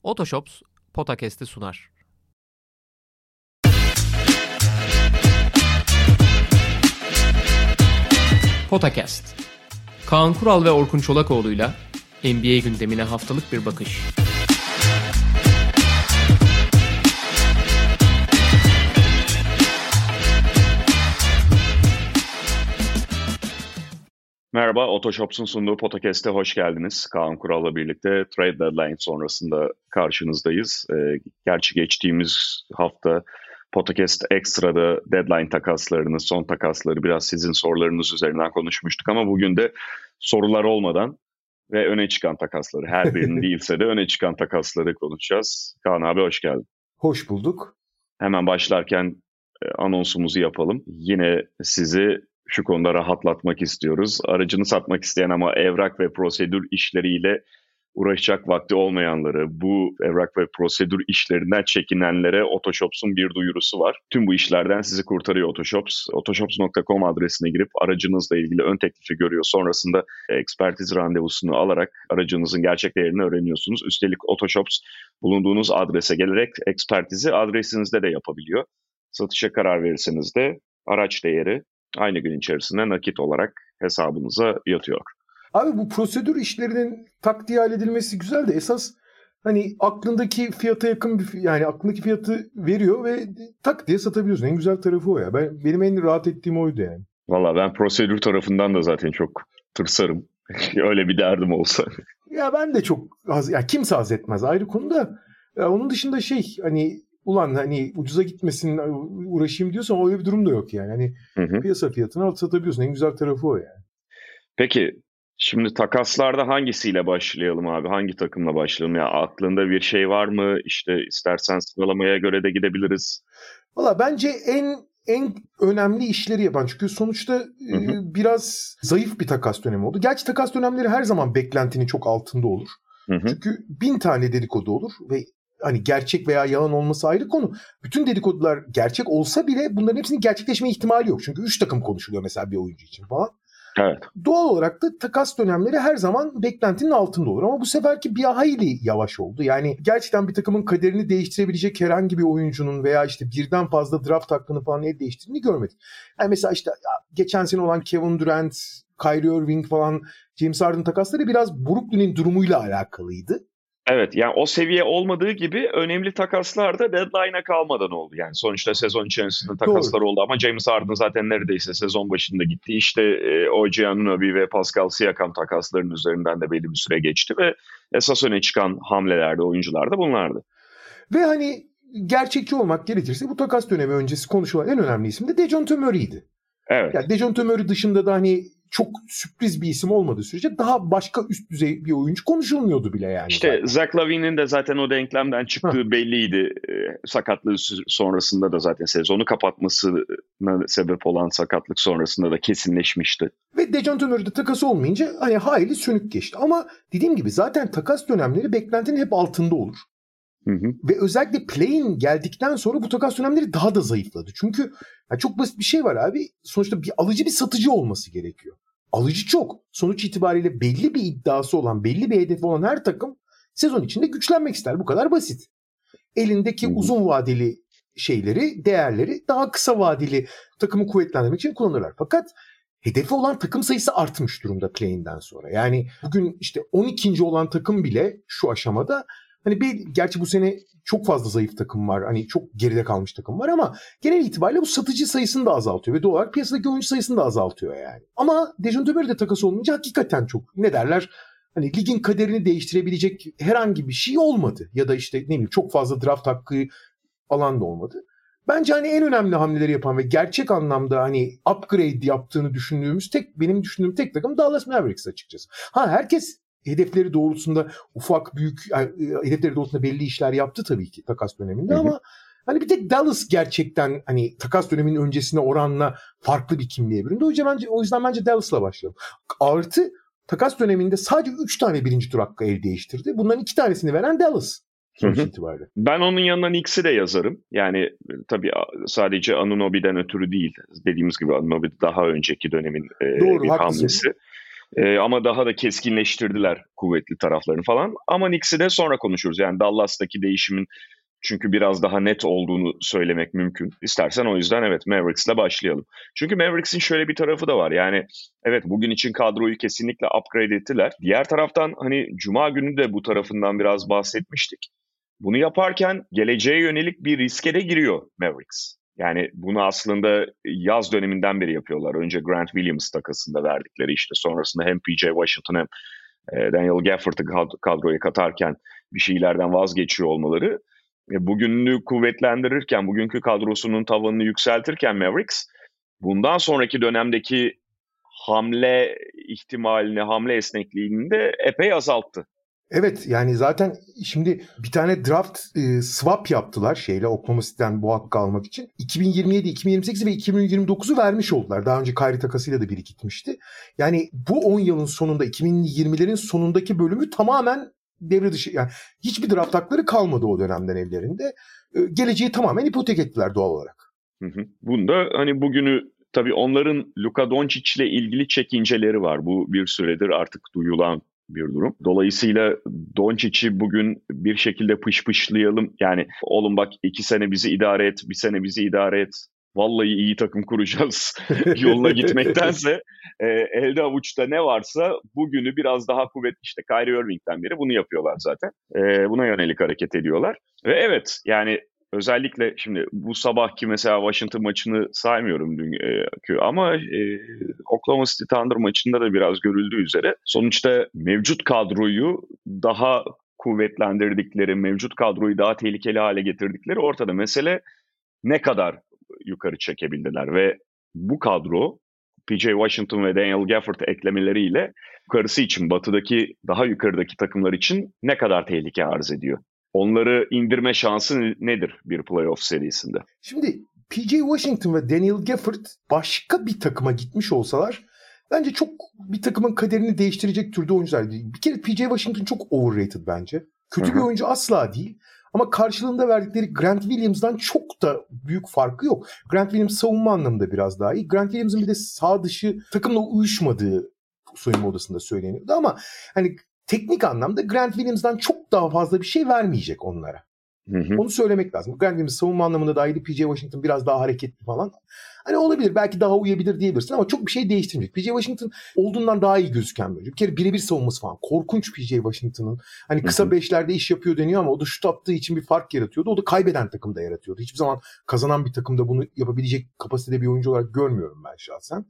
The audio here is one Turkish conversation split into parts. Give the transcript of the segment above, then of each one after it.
Otoshops Podcast'i sunar. Podcast. Kaan Kural ve Orkun Çolakoğlu'yla NBA gündemine haftalık bir bakış. Merhaba, Otoshops'un sunduğu podcast'e hoş geldiniz. Kaan Kural'la birlikte Trade Deadline sonrasında karşınızdayız. Gerçi geçtiğimiz hafta Podcast Extra'da deadline takaslarını, son takasları biraz sizin sorularınız üzerinden konuşmuştuk. Ama bugün de sorular olmadan ve öne çıkan takasları, her birinin değilse de öne çıkan takasları konuşacağız. Kaan abi hoş geldin. Hoş bulduk. Hemen başlarken anonsumuzu yapalım. Yine sizi şu konuda rahatlatmak istiyoruz. Aracını satmak isteyen ama evrak ve prosedür işleriyle uğraşacak vakti olmayanları, bu evrak ve prosedür işlerinden çekinenlere Otoshops'un bir duyurusu var. Tüm bu işlerden sizi kurtarıyor Otoshops. Otoshops.com adresine girip aracınızla ilgili ön teklifi görüyor. Sonrasında ekspertiz randevusunu alarak aracınızın gerçek değerini öğreniyorsunuz. Üstelik Otoshops bulunduğunuz adrese gelerek ekspertizi adresinizde de yapabiliyor. Satışa karar verirseniz de araç değeri aynı gün içerisinde nakit olarak hesabınıza yatıyor. Abi bu prosedür işlerinin taktiği halledilmesi güzel de esas hani aklındaki fiyata yakın yani aklındaki fiyatı veriyor ve tak diye satabiliyorsun. En güzel tarafı o ya. Benim en rahat ettiğim oydu yani. Valla ben prosedür tarafından da zaten çok tırsarım. Öyle bir derdim olsa. Ya ben de çok kimse haz etmez ayrı konuda. Ya onun dışında hani ulan hani ucuza gitmesin uğraşayım diyorsan öyle bir durum da yok yani. Hani piyasa fiyatını alıp satabiliyorsun. En güzel tarafı o yani. Peki şimdi takaslarda hangisiyle başlayalım abi? Hangi takımla başlayalım? Ya aklında bir şey var mı? İşte istersen sıralamaya göre de gidebiliriz. Valla bence en önemli işleri yapan. Çünkü sonuçta biraz zayıf bir takas dönemi oldu. Gerçi takas dönemleri her zaman beklentinin çok altında olur. Çünkü 1000 tane dedikodu olur ve hani gerçek veya yalan olması ayrı konu. Bütün dedikodular gerçek olsa bile bunların hepsinin gerçekleşme ihtimali yok. Çünkü 3 takım konuşuluyor mesela bir oyuncu için falan. Evet. Doğal olarak da takas dönemleri her zaman beklentinin altında olur. Ama bu seferki bir hayli yavaş oldu. Yani gerçekten bir takımın kaderini değiştirebilecek herhangi bir oyuncunun veya işte birden fazla draft hakkını falan el değiştirdiğini görmedik. Yani mesela işte geçen sene olan Kevin Durant, Kyrie Irving falan, James Harden takasları biraz Brooklyn'in durumuyla alakalıydı. Evet, yani o seviye olmadığı gibi önemli takaslar da deadline'a kalmadan oldu. Yani sonuçta sezon içerisinde takaslar oldu ama James Harden zaten neredeyse sezon başında gitti. İşte OG Anunoby ve Pascal Siakam takaslarının üzerinden de belli bir süre geçti ve esas öne çıkan hamlelerde, oyuncular da bunlardı. Ve hani gerçekçi olmak gerekirse bu takas dönemi öncesi konuşulan en önemli isim de Dejounte Murray'di. Evet. Yani Dejounte Murray dışında da hani çok sürpriz bir isim olmadığı sürece daha başka üst düzey bir oyuncu konuşulmuyordu bile yani. İşte zaten. Zach LaVine'in de zaten o denklemden çıktığı belliydi. Sakatlığı sonrasında da zaten sezonu kapatmasına sebep olan sakatlık sonrasında da kesinleşmişti. Ve Dejounte Murray'de takas olmayınca hani hayli sönük geçti. Ama dediğim gibi zaten takas dönemleri beklentinin hep altında olur. Ve özellikle play-in geldikten sonra bu takas dönemleri daha da zayıfladı. Çünkü yani çok basit bir şey var abi. Sonuçta bir alıcı bir satıcı olması gerekiyor. Alıcı çok. Sonuç itibariyle belli bir iddiası olan, belli bir hedefi olan her takım sezon içinde güçlenmek ister. Bu kadar basit. Elindeki uzun vadeli şeyleri, değerleri daha kısa vadeli takımı kuvvetlendirmek için kullanırlar. Fakat hedefi olan takım sayısı artmış durumda play-in'den sonra. Yani bugün işte 12. olan takım bile şu aşamada hani gerçi bu sene çok fazla zayıf takım var. Hani çok geride kalmış takım var ama genel itibariyle bu satıcı sayısını da azaltıyor ve doğal olarak piyasadaki oyuncu sayısını da azaltıyor yani. Ama Dejounte Murray'de takas olmayınca hakikaten çok hani ligin kaderini değiştirebilecek herhangi bir şey olmadı. Ya da işte ne bileyim çok fazla draft hakkı alan da olmadı. Bence hani en önemli hamleleri yapan ve gerçek anlamda hani upgrade yaptığını benim düşündüğüm tek takım Dallas Mavericks açıkçası. Herkes hedefleri doğrultusunda hedefleri doğrultusunda belli işler yaptı tabii ki takas döneminde ama hani bir tek Dallas gerçekten hani takas döneminin öncesine oranla farklı bir kimliğe büründü. O yüzden bence Dallas'la başlayalım. Artı takas döneminde sadece 3 tane birinci tur hakkı el değiştirdi. Bunların 2 tanesini veren Dallas. Sonuç itibariyle. Ben onun yanına Knicks'i de yazarım. Yani tabii sadece Anunoby'den ötürü değil. Dediğimiz gibi Anunoby daha önceki dönemin bir hamlesi. Ama daha da keskinleştirdiler kuvvetli taraflarını falan. Ama Knicks'i de sonra konuşuruz. Yani Dallas'taki değişimin çünkü biraz daha net olduğunu söylemek mümkün. İstersen o yüzden evet Mavericks'le başlayalım. Çünkü Mavericks'in şöyle bir tarafı da var. Yani evet bugün için kadroyu kesinlikle upgrade ettiler. Diğer taraftan hani Cuma günü de bu tarafından biraz bahsetmiştik. Bunu yaparken geleceğe yönelik bir riske de giriyor Mavericks. Yani bunu aslında yaz döneminden beri yapıyorlar. Önce Grant Williams takasında verdikleri işte sonrasında hem PJ Washington hem Daniel Gafford'ı kadroya katarken bir şeylerden vazgeçiyor olmaları. Bugününü kuvvetlendirirken, bugünkü kadrosunun tavanını yükseltirken Mavericks bundan sonraki dönemdeki hamle ihtimalini, hamle esnekliğini de epey azalttı. Evet yani zaten şimdi bir tane draft swap yaptılar Oklahoma City'den bu hakkı almak için. 2027, 2028 ve 2029'u vermiş oldular. Daha önce Kyrie takasıyla da biri gitmişti. Yani bu 10 yılın sonunda 2020'lerin sonundaki bölümü tamamen devre dışı. Yani hiçbir draft hakları kalmadı o dönemden ellerinde. Geleceği tamamen ipotek ettiler doğal olarak. Bunda hani bugünü tabii onların Luka Doncic'le ilgili çekinceleri var. Bu bir süredir artık duyulan bir durum. Dolayısıyla Doncic'i bugün bir şekilde pışpışlayalım. Yani oğlum bak 2 sene bizi idare et, 1 sene bizi idare et. Vallahi iyi takım kuracağız yoluna gitmektense elde avuçta ne varsa bugünü biraz daha kuvvetli işte Kyrie Irving'den beri bunu yapıyorlar zaten. Buna yönelik hareket ediyorlar. Ve evet yani özellikle şimdi bu sabahki mesela Washington maçını saymıyorum dünkü ama Oklahoma City Thunder maçında da biraz görüldüğü üzere sonuçta mevcut kadroyu daha kuvvetlendirdikleri, mevcut kadroyu daha tehlikeli hale getirdikleri ortada. Mesele ne kadar yukarı çekebildiler ve bu kadro PJ Washington ve Daniel Gafford eklemeleriyle yukarısı için, batıdaki daha yukarıdaki takımlar için ne kadar tehlike arz ediyor? Onları indirme şansı nedir bir playoff serisinde? Şimdi PJ Washington ve Daniel Gafford başka bir takıma gitmiş olsalar bence çok bir takımın kaderini değiştirecek türde oyuncular değil. Bir kere PJ Washington çok overrated bence. Kötü bir oyuncu asla değil. Ama karşılığında verdikleri Grant Williams'dan çok da büyük farkı yok. Grant Williams savunma anlamında biraz daha iyi. Grant Williams'ın bir de sağ dışı takımla uyuşmadığı soyunma odasında söyleniyordu ama hani teknik anlamda Grant Williams'dan çok daha fazla bir şey vermeyecek onlara. Onu söylemek lazım. Grant Williams savunma anlamında daha iyi. PJ Washington biraz daha hareketli falan. Hani olabilir belki daha uyabilir diyebilirsin ama çok bir şey değiştirmeyecek. PJ Washington olduğundan daha iyi gözüken bir oyuncu. Bir kere birebir savunması falan. Korkunç PJ Washington'ın. Hani kısa beşlerde iş yapıyor deniyor ama o da şut attığı için bir fark yaratıyordu. O da kaybeden takımda yaratıyordu. Hiçbir zaman kazanan bir takımda bunu yapabilecek kapasitede bir oyuncu olarak görmüyorum ben şahsen.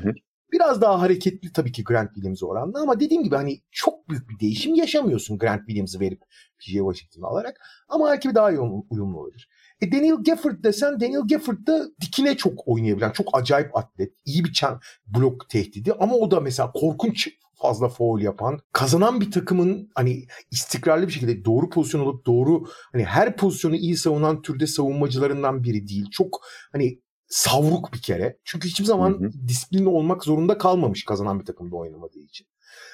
Biraz daha hareketli tabii ki Grant Williams'a oranla ama dediğim gibi hani çok büyük bir değişim yaşamıyorsun Grant Williams'ı verip PJ Washington'ı alarak. Ama belki daha iyi uyumlu olabilir. Daniel Gafford desen Daniel Gafford da dikine çok oynayabilen, çok acayip atlet, iyi bir blok tehdidi ama o da mesela korkunç fazla faul yapan, kazanan bir takımın hani istikrarlı bir şekilde doğru pozisyon alıp doğru hani her pozisyonu iyi savunan türde savunmacılarından biri değil. Çok hani savruk bir kere. Çünkü hiçbir zaman disiplinli olmak zorunda kalmamış kazanan bir takımda oynamadığı için.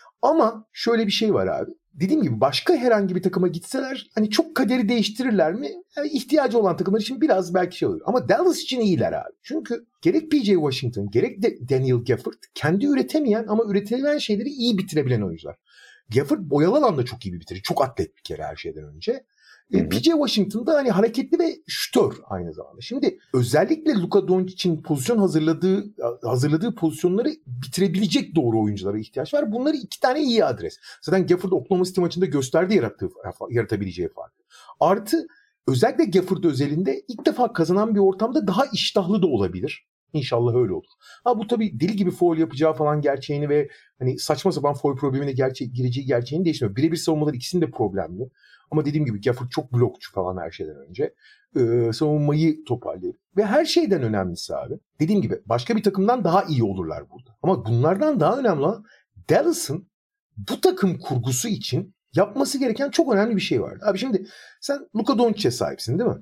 Ama şöyle bir şey var abi. Dediğim gibi başka herhangi bir takıma gitseler hani çok kaderi değiştirirler mi? Yani ihtiyacı olan takımlar için biraz belki şey olur. Ama Dallas için iyiler abi. Çünkü gerek PJ Washington gerek de Daniel Gafford kendi üretemeyen ama üretilen şeyleri iyi bitirebilen oyuncular. Gafford boyalı alanda çok iyi bir bitirici. Çok atlet bir kere her şeyden önce. PJ Washington'da hani hareketli ve şütör aynı zamanda. Şimdi özellikle Luka Doncic'in pozisyon hazırladığı pozisyonları bitirebilecek doğru oyunculara ihtiyaç var. Bunları 2 tane iyi adres. Zaten Gafford Oklahoma City maçında gösterdi yaratabileceği farkı. Artı özellikle Gafford özelinde ilk defa kazanan bir ortamda daha iştahlı da olabilir. İnşallah öyle olur. Ha bu tabii deli gibi faul yapacağı falan gerçeğini ve hani saçma sapan faul problemine gireceği gerçeğini değiştiriyor. Birebir savunmalar ikisinin de problemli. Ama dediğim gibi Gafford çok blokçu falan her şeyden önce. Savunmayı toparlıyor. Ve her şeyden önemlisi abi. Dediğim gibi başka bir takımdan daha iyi olurlar burada. Ama bunlardan daha önemli olan Dallas'ın bu takım kurgusu için yapması gereken çok önemli bir şey var. Abi şimdi sen Luka Doncic'e sahipsin değil mi?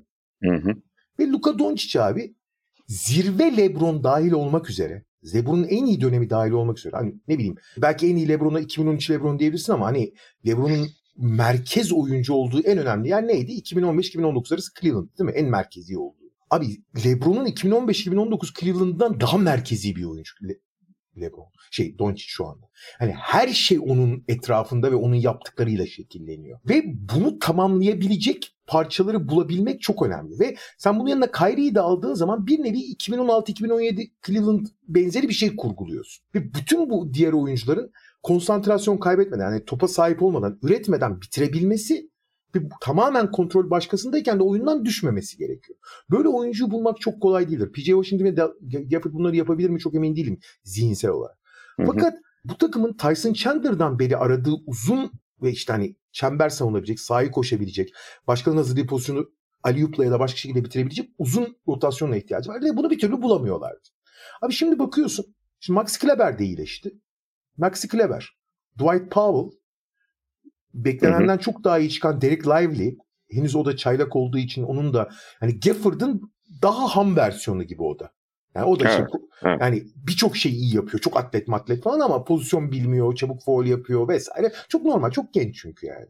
Ve Luka Doncic abi zirve LeBron dahil olmak üzere, LeBron'un en iyi dönemi dahil olmak üzere. Hani ne bileyim belki en iyi LeBron'a 2013 LeBron diyebilirsin ama hani LeBron'un merkez oyuncu olduğu en önemli yer neydi? 2015-2019 arası Cleveland değil mi? En merkezi olduğu. Abi LeBron'un 2015-2019 Cleveland'dan daha merkezi bir oyuncu LeBron. Doncic şu anda. Hani her şey onun etrafında ve onun yaptıklarıyla şekilleniyor. Ve bunu tamamlayabilecek parçaları bulabilmek çok önemli. Ve sen bunun yanına Kyrie'yi de aldığın zaman bir nevi 2016-2017 Cleveland benzeri bir şey kurguluyorsun. Ve bütün bu diğer oyuncuların konsantrasyon kaybetmeden, yani topa sahip olmadan, üretmeden bitirebilmesi ve tamamen kontrol başkasındayken de oyundan düşmemesi gerekiyor. Böyle oyuncuyu bulmak çok kolay değildir. P.J. Washington ve Gafford bunları yapabilir mi çok emin değilim zihinsel olarak. Fakat bu takımın Tyson Chandler'dan beri aradığı uzun ve işte hani çember savunabilecek, sahayı koşabilecek, başkalarının hazırladığı pozisyonu alley-oop'la ya da başka şekilde bitirebilecek uzun rotasyona ihtiyacı var ve bunu bir türlü bulamıyorlardı. Abi şimdi bakıyorsun, şimdi Max Kleber de iyileşti. Maxi Kleber, Dwight Powell, beklenenden çok daha iyi çıkan Derek Lively, henüz o da çaylak olduğu için onun da hani Gafford'ın daha ham versiyonu gibi o da. Yani o da yani birçok şeyi iyi yapıyor. Çok atlet falan ama pozisyon bilmiyor, çabuk faul yapıyor vesaire. Çok normal, çok genç çünkü yani.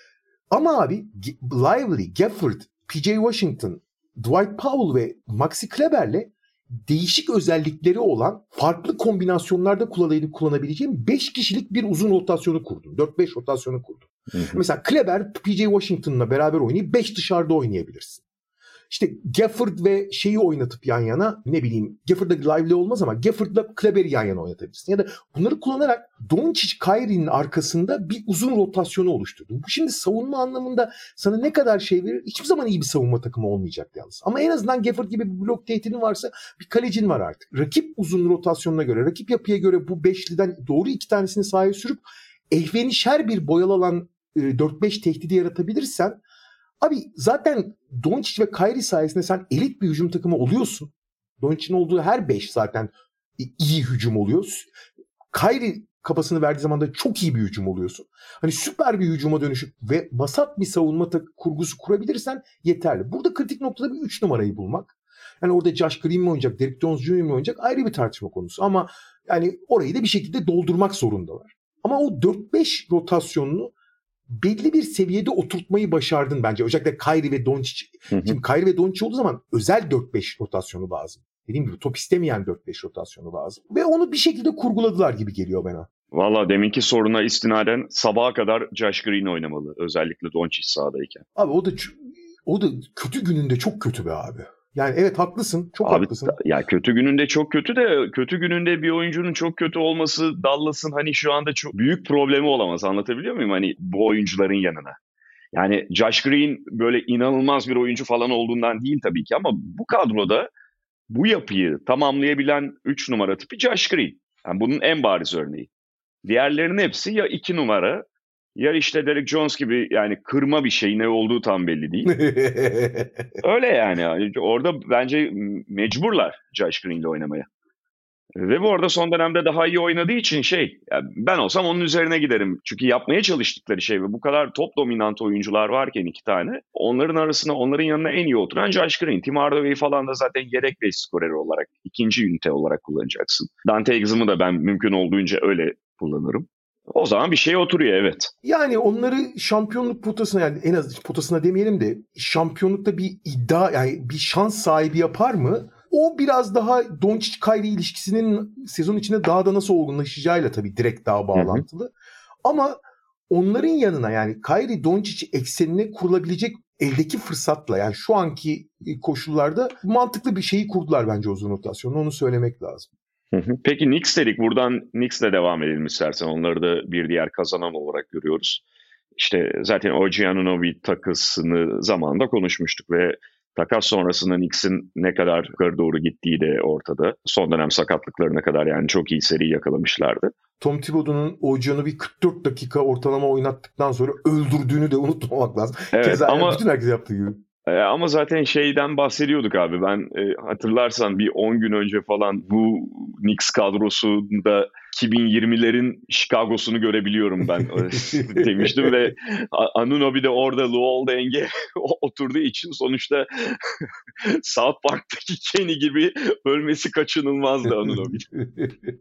Ama abi Lively, Gafford, P.J. Washington, Dwight Powell ve Maxi Kleber'le değişik özellikleri olan farklı kombinasyonlarda kullanabileceğim 5 kişilik bir uzun rotasyonu kurdum. 4-5 rotasyonu kurdum. Mesela Kleber, P.J. Washington'la beraber oynayıp 5 dışarıda oynayabilirsin. İşte Gafford ve şeyi oynatıp yan yana, ne bileyim, Gafford'da Lively olmaz ama Gafford'la Kleber'i yan yana oynatabilirsin. Ya da bunları kullanarak Doncic, Kyrie'nin arkasında bir uzun rotasyonu oluşturdum. Bu şimdi savunma anlamında sana ne kadar şey verir? Hiçbir zaman iyi bir savunma takımı olmayacak yalnız. Ama en azından Gafford gibi bir blok tehdidin varsa bir kalecin var artık. Rakip uzun rotasyonuna göre, rakip yapıya göre bu beşliden doğru 2 tanesini sahaya sürüp ehvenişer bir boyalı alan 4-5 tehdidi yaratabilirsen, abi zaten Doncic ve Kyrie sayesinde sen elit bir hücum takımı oluyorsun. Doncic'in olduğu her 5 zaten iyi hücum oluyor. Kyrie kafasını verdiği zaman da çok iyi bir hücum oluyorsun. Hani süper bir hücuma dönüşüp ve vasat bir savunma kurgusu kurabilirsen yeterli. Burada kritik noktada bir 3 numarayı bulmak. Yani orada Josh Green mi oynayacak, Derrick Jones Jr. mi oynayacak ayrı bir tartışma konusu. Ama yani orayı da bir şekilde doldurmak zorundalar. Ama o 4-5 rotasyonunu belli bir seviyede oturtmayı başardın bence. Özellikle Kyrie ve Doncic. Şimdi Kyrie ve Doncic olduğu zaman özel 4-5 rotasyonu lazım. Dediğim gibi top istemeyen 4-5 rotasyonu lazım. Ve onu bir şekilde kurguladılar gibi geliyor bana. Valla deminki soruna istinaden sabaha kadar Josh Green oynamalı. Özellikle Doncic sahadayken. Abi o da kötü gününde çok kötü be abi. Yani evet haklısın. Çok abi, haklısın. Ya kötü gününde çok kötü de kötü gününde bir oyuncunun çok kötü olması Dallas'ın hani şu anda çok büyük problemi olamaz. Anlatabiliyor muyum? Hani bu oyuncuların yanına. Yani Josh Green böyle inanılmaz bir oyuncu falan olduğundan değil tabii ki ama bu kadroda bu yapıyı tamamlayabilen 3 numara tipi Josh Green. Yani bunun en bariz örneği. Diğerlerinin hepsi ya 2 numara ya işte Derrick Jones gibi yani kırma bir şey, ne olduğu tam belli değil. Öyle yani. Orada bence mecburlar Josh Green'le oynamaya. Ve bu arada son dönemde daha iyi oynadığı için yani ben olsam onun üzerine giderim. Çünkü yapmaya çalıştıkları şey ve bu kadar top dominant oyuncular varken 2 tane, onların arasına, onların yanına en iyi oturan Josh Green. Tim Hardaway'i falan da zaten yedek beş skoreri olarak, ikinci ünite olarak kullanacaksın. Dante Exum'u da ben mümkün olduğunca öyle kullanırım. O zaman bir şey oturuyor, evet. Yani onları şampiyonluk potasına, yani en az potasına demeyelim de şampiyonlukta bir iddia, yani bir şans sahibi yapar mı? O biraz daha Doncic-Kyrie ilişkisinin sezon içinde daha da nasıl olgunlaşacağıyla tabii direkt daha bağlantılı. Ama onların yanına yani Kyrie-Doncic eksenine kurulabilecek eldeki fırsatla, yani şu anki koşullarda mantıklı bir şeyi kurdular bence uzun rotasyonu. Onu söylemek lazım. Peki Knicks dedik. Buradan Knicks'le devam edelim istersen. Onları da bir diğer kazanan olarak görüyoruz. İşte zaten OG Anunoby takısını zamanında konuşmuştuk ve takas sonrasında Knicks'in ne kadar yukarı doğru gittiği de ortada. Son dönem sakatlıklarına kadar yani çok iyi seri yakalamışlardı. Tom Thibodeau'nun OG Anunoby'yi 44 dakika ortalama oynattıktan sonra öldürdüğünü de unutmamak lazım. Evet, keza ama bütün herkes yaptığı gibi. Ama zaten şeyden bahsediyorduk abi. Ben hatırlarsan bir 10 gün önce falan bu Knicks kadrosunda 2020'lerin Chicago'sunu görebiliyorum ben demiştim ve Anunoby de orada Luol Deng'e oturduğu için sonuçta South Park'taki Kenny gibi ölmesi kaçınılmazdı Anunoby'de.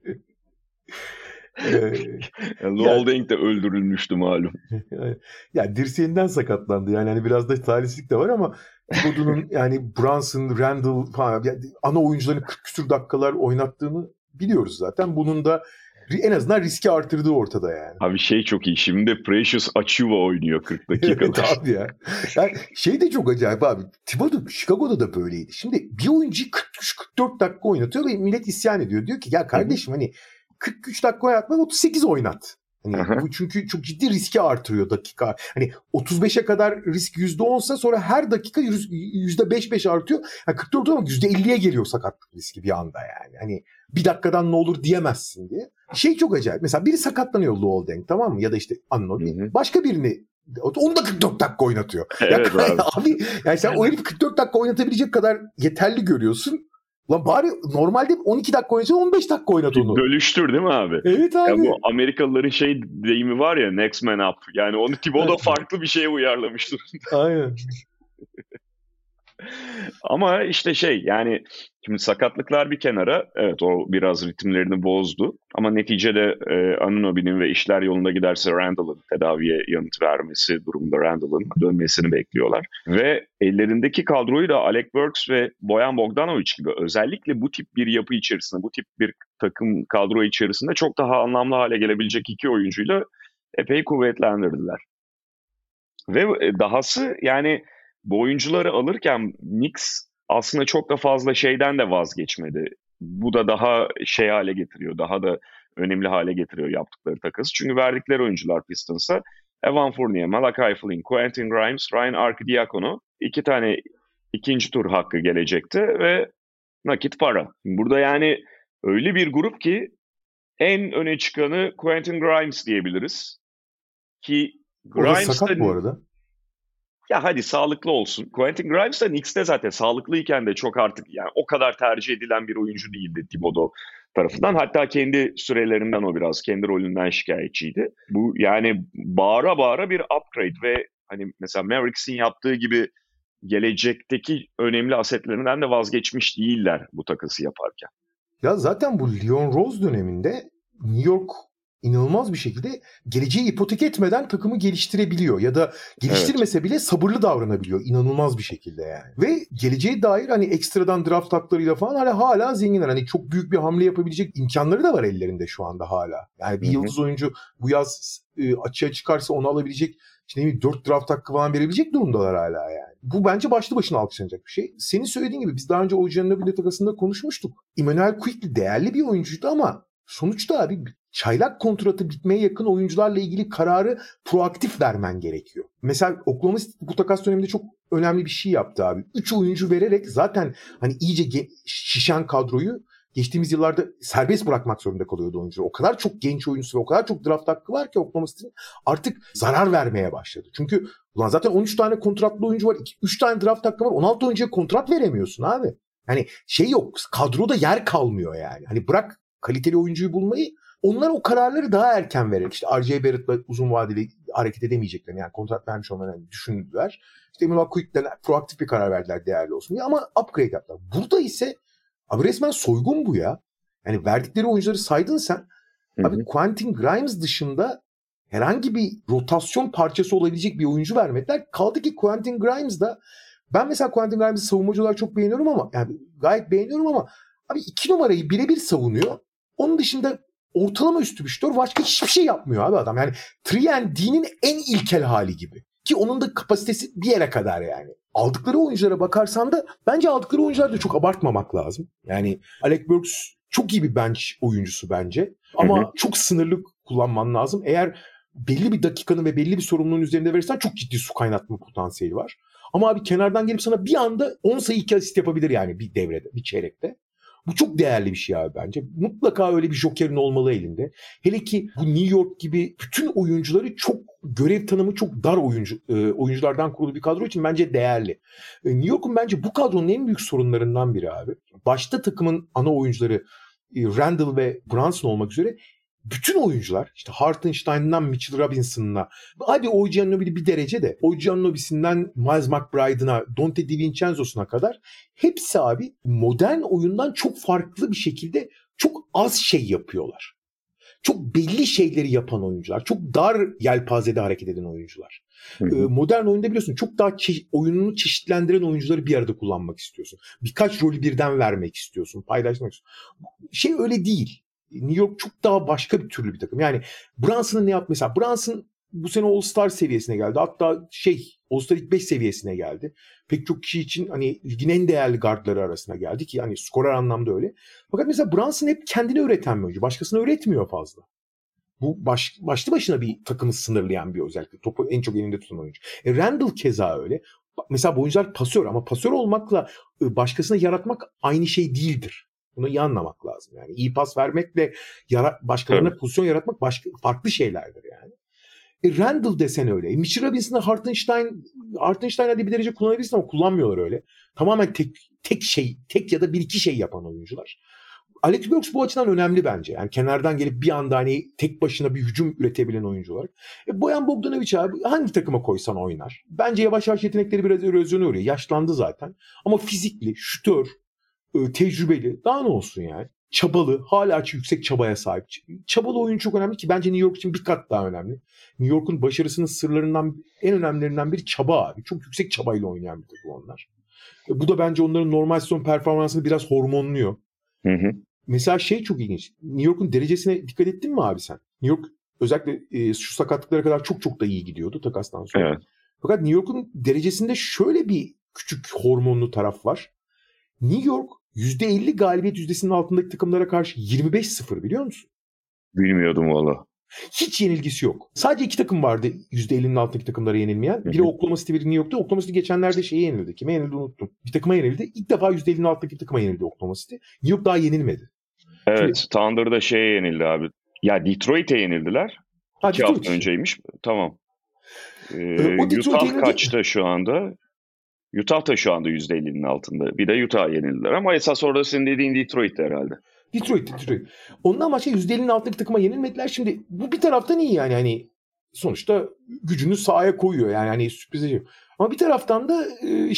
Luol Deng de öldürülmüştü malum. Ya dirseğinden sakatlandı. Yani hani biraz da talihsizlik de var ama Thibodeau'nun yani Brunson, Randall falan yani ana oyuncuların 40 küsur dakikalar oynattığını biliyoruz zaten. Bunun da en azından riski artırdığı ortada yani. Abi çok iyi. Şimdi Precious Achiuwa oynuyor 40 dakikada. Evet abi ya. Yani de çok acayip abi. Thibodeau Chicago'da da böyleydi. Şimdi bir oyuncuyu 43-44 dakika oynatıyor ve millet isyan ediyor. Diyor ki ya kardeşim hani 43 dakika oynatma 38 oynat. Hani bu çünkü çok ciddi riski artırıyor dakika. Hani 35'e kadar risk %10'sa sonra her dakika %5 artıyor. Yani 44 ama %50'ye geliyor sakatlık riski bir anda yani. Hani bir dakikadan ne olur diyemezsin diye. Çok acayip. Mesela biri sakatlanıyor Luol Deng, tamam mı? Ya da işte Anunoby. Başka birini onu da 44 dakika oynatıyor. Evet ya, abi yani sen o herifi 44 dakika oynatabilecek kadar yeterli görüyorsun. Lan bari normalde 12 dakika oynatsa 15 dakika oynat onu. Bölüştür değil mi abi? Evet abi. Ya bu Amerikalıların deyimi var ya, next man up. Yani onu Thibodeau farklı bir şeye uyarlamış durumda. Aynen. Ama işte yani şimdi sakatlıklar bir kenara, evet o biraz ritimlerini bozdu. Ama neticede Anunoby'nin ve işler yolunda giderse Randall'ın tedaviye yanıt vermesi durumunda Randall'ın dönmesini bekliyorlar. Ve ellerindeki kadroyu da Alec Burks ve Bojan Bogdanovic gibi özellikle bu tip bir yapı içerisinde, bu tip bir takım kadro içerisinde çok daha anlamlı hale gelebilecek iki oyuncuyla epey kuvvetlendirdiler. Ve dahası yani bu oyuncuları alırken Knicks aslında çok da fazla şeyden de vazgeçmedi. Bu da daha hale getiriyor, daha da önemli hale getiriyor yaptıkları takası. Çünkü verdikleri oyuncular Pistons'a Evan Fournier, Malachi Flynn, Quentin Grimes, Ryan Arcidiacono 2 tane ikinci tur hakkı gelecekti ve nakit para. Burada yani öyle bir grup ki en öne çıkanı Quentin Grimes diyebiliriz. Ki Grimes sakat bu arada. Ya hadi sağlıklı olsun. Quentin Grimes de Knicks'te zaten sağlıklıyken de çok artık yani o kadar tercih edilen bir oyuncu değildi Thibodeau tarafından. Hatta kendi sürelerinden o biraz, kendi rolünden şikayetçiydi. Bu yani bağıra bağıra bir upgrade ve hani mesela Mavericks'in yaptığı gibi gelecekteki önemli asetlerinden de vazgeçmiş değiller bu takası yaparken. Ya zaten bu Leon Rose döneminde New York inanılmaz bir şekilde geleceği ipotek etmeden takımı geliştirebiliyor ya da geliştirmese bile sabırlı davranabiliyor inanılmaz bir şekilde yani. Ve geleceğe dair hani ekstradan draft haklarıyla falan hala zenginler. Hani çok büyük bir hamle yapabilecek imkanları da var ellerinde şu anda hala. Yani bir yıldız oyuncu bu yaz açığa çıkarsa onu alabilecek, işte 4 draft hakkı falan verebilecek durumdalar hala yani. Bu bence başlı başına alkışlanacak bir şey. Senin söylediğin gibi biz daha önce OG Anunoby takasında konuşmuştuk. Emmanuel Quickley değerli bir oyuncuydu ama sonuçta abi çaylak kontratı bitmeye yakın oyuncularla ilgili kararı proaktif vermen gerekiyor. Mesela Oklahoma City bu takas döneminde çok önemli bir şey yaptı abi. 3 oyuncu vererek zaten hani iyice şişen kadroyu geçtiğimiz yıllarda serbest bırakmak zorunda kalıyordu oyuncular. O kadar çok genç oyuncusu ve o kadar çok draft hakkı var ki Oklahoma City'nin artık zarar vermeye başladı. Çünkü ulan zaten 13 tane kontratlı oyuncu var, 3 tane draft hakkı var. 16 oyuncuya kontrat veremiyorsun abi. Hani yok, kadroda yer kalmıyor yani. Hani bırak kaliteli oyuncuyu bulmayı, onlar o kararları daha erken vererek işte R.J. Barrett'la uzun vadeli hareket edemeyeceklerini yani kontrat vermiş olmalarını düşündüler. İşte Emmanuel Quickley'den proaktif bir karar verdiler değerli olsun diye ama upgrade yaptılar. Burada ise abi resmen soygun bu ya. Yani verdikleri oyuncuları saydın sen. Abi Quentin Grimes dışında herhangi bir rotasyon parçası olabilecek bir oyuncu vermediler. Kaldı ki Quentin Grimes da, ben mesela Quentin Grimes'i savunmacı olarak çok beğeniyorum ama yani gayet beğeniyorum ama abi 2 numarayı birebir savunuyor. Onun dışında ortalama üstü bir şutör, başka hiçbir şey yapmıyor abi adam. Yani 3&D'nin en ilkel hali gibi. Ki onun da kapasitesi bir yere kadar yani. Aldıkları oyunculara bakarsan da bence aldıkları oyuncular da çok abartmamak lazım. Yani Alec Burks çok iyi bir bench oyuncusu bence. Ama çok sınırlı kullanman lazım. Eğer belli bir dakikanın ve belli bir sorumluluğun üzerinde verirsen çok ciddi su kaynatma potansiyeli var. Ama abi kenardan gelip sana bir anda 10 sayı 2 asist yapabilir yani bir devrede, bir çeyrekte. Bu çok değerli bir şey abi bence. Mutlaka öyle bir jokerin olmalı elinde. Hele ki bu New York gibi bütün oyuncuları çok, görev tanımı çok dar oyunculardan kurulu bir kadro için bence değerli. New York'un bence bu kadronun en büyük sorunlarından biri abi. Başta takımın ana oyuncuları Randall ve Brunson olmak üzere bütün oyuncular, işte Hartenstein'dan Mitchell Robinson'ına, hadi OG Anunoby'li bir derece de OG Anunoby'sinden Miles McBride'ına, Donte DiVincenzo'suna kadar hepsi abi modern oyundan çok farklı bir şekilde çok az şey yapıyorlar. çok belli şeyleri yapan oyuncular. Çok dar yelpazede hareket eden oyuncular. Modern oyunda biliyorsun çok daha oyununu çeşitlendiren oyuncuları bir arada kullanmak istiyorsun. Birkaç rolü birden vermek istiyorsun. Paylaşmak istiyorsun. Öyle değil. New York çok daha başka bir türlü bir takım. Yani Brunson'ın ne yaptı? Mesela Brunson bu sene All-Star seviyesine geldi. Hatta All-Star ilk 5 seviyesine geldi. Pek çok kişi için hani ligin en değerli guardları arasına geldi ki hani skorer anlamda öyle. Fakat mesela Brunson hep kendini öğreten bir oyuncu. Başkasına öğretmiyor fazla. Bu başlı başına bir takımı sınırlayan bir özellik. Topu en çok elinde tutan oyuncu. Randall keza öyle. Mesela bu oyuncular pasör ama pasör olmakla başkasına yaratmak aynı şey değildir. Bunu iyi anlamak lazım. Yani iyi pas vermekle başkalarına pozisyon yaratmak farklı şeylerdir yani. Randall desen öyle. Mitchell Robinson'la Hartenstein hadi bir derece kullanabilirsin ama kullanmıyorlar öyle. Tamamen tek ya da bir iki şey yapan oyuncular. Alec Burks bu açıdan önemli bence. Yani kenardan gelip bir anda hani tek başına bir hücum üretebilen oyuncu olarak. Bojan Bogdanovic abi hangi takıma koysan oynar. Bence yavaş yavaş yetenekleri biraz erozyona uğruyor. Yaşlandı zaten. Ama fizikli, şütör, tecrübeli. Daha ne olsun yani. Çabalı, hala yüksek çabaya sahip. Çabalı oyun çok önemli ki bence New York için bir kat daha önemli. New York'un başarısının sırlarından en önemlilerinden biri çaba abi. Çok yüksek çabayla oynayan bir takım onlar. Bu da bence onların normal sezon performansını biraz hormonluyor. Mesela çok ilginç. New York'un derecesine dikkat ettin mi abi sen? New York özellikle şu sakatlıklara kadar çok çok da iyi gidiyordu takastan sonra. Evet. Fakat New York'un derecesinde şöyle bir küçük hormonlu taraf var. New York %50 galibiyet yüzdesinin altındaki takımlara karşı 25-0 biliyor musun? Bilmiyordum valla. Hiç yenilgisi yok. Sadece 2 takım vardı %50'nin altındaki takımlara yenilmeyen. Biri Oklahoma City, biri New York'ta. Oklahoma City geçenlerde yenildi. Kime yenildi unuttum. Bir takıma yenildi. İlk defa %50'nin altındaki bir takıma yenildi Oklahoma City. New York daha yenilmedi. Evet. Thunder'da yenildi abi. Ya Detroit'e yenildiler. 2 hafta önceymiş. Tamam. Utah kaçta şu anda? Utah da şu anda %50'nin altında. Bir de Utah yenildiler ama esas orada senin dediğin Detroit'ti herhalde. Detroit. Ondan başka %50'nin altındaki takıma yenilmediler. Şimdi bu bir taraftan iyi yani hani sonuçta gücünü sahaya koyuyor yani hani sürpriz ediyor. Ama bir taraftan da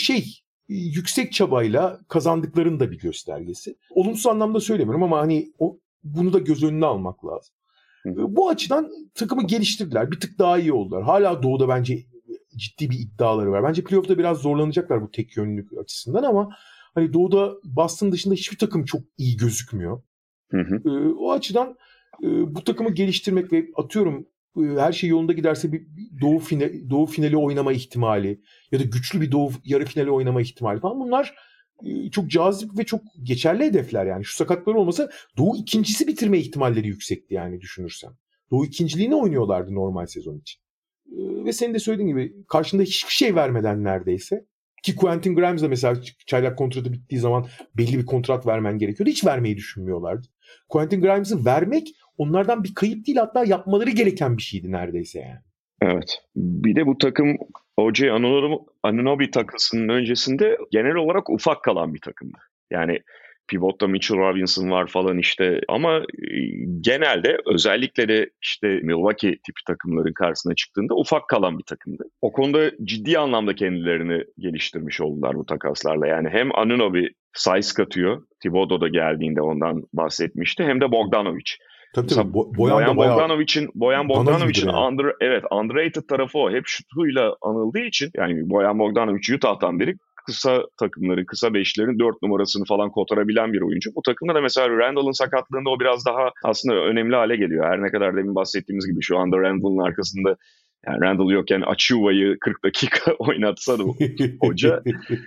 yüksek çabayla kazandıklarının da bir göstergesi. Olumsuz anlamda söylemiyorum ama hani bunu da göz önüne almak lazım. Bu açıdan takımı geliştirdiler. Bir tık daha iyi oldular. Hala Doğu'da bence ciddi bir iddiaları var. Bence playoff'ta biraz zorlanacaklar bu tek yönlülük açısından ama hani Doğu'da Boston dışında hiçbir takım çok iyi gözükmüyor. O açıdan bu takımı geliştirmek ve atıyorum her şey yolunda giderse bir Doğu finali oynama ihtimali ya da güçlü bir Doğu yarı finali oynama ihtimali falan bunlar çok cazip ve çok geçerli hedefler yani. Şu sakatlar olmasa Doğu ikincisi bitirme ihtimalleri yüksekti yani düşünürsen. Doğu ikinciliğini oynuyorlardı normal sezon için. Ve senin de söylediğin gibi karşında hiçbir şey vermeden neredeyse ki Quentin Grimes de mesela çaylak kontratı bittiği zaman belli bir kontrat vermen gerekiyordu. Hiç vermeyi düşünmüyorlardı. Quentin Grimes'ı vermek onlardan bir kayıp değil hatta yapmaları gereken bir şeydi neredeyse yani. Evet. Bir de bu takım OJ Anunoby takısının öncesinde genel olarak ufak kalan bir takımdı. Yani pivotta Mitchell Robinson var falan işte ama genelde özellikle de işte Milwaukee tipi takımların karşısına çıktığında ufak kalan bir takımdı. O konuda ciddi anlamda kendilerini geliştirmiş oldular bu takaslarla. Yani hem Anunoby size katıyor. Thibodeau da geldiğinde ondan bahsetmişti. Hem de Bogdanovic. Tabii. Bojan Bogdanovic'in underrated tarafı o. Hep şutuyla anıldığı için yani Bojan Bogdanovic Utah'tan beri kısa takımların, kısa beşlerin 4 numarasını falan kotarabilen bir oyuncu. Bu takımda da mesela Randall'ın sakatlığında o biraz daha aslında önemli hale geliyor. Her ne kadar demin bahsettiğimiz gibi şu anda Randall'ın arkasında yani Randall yokken Achuva'yı 40 dakika oynatsa da hoca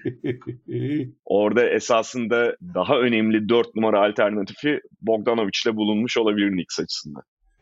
orada esasında daha önemli 4 numara alternatifi Bogdanovic'le bulunmuş olabilir Knicks açısından.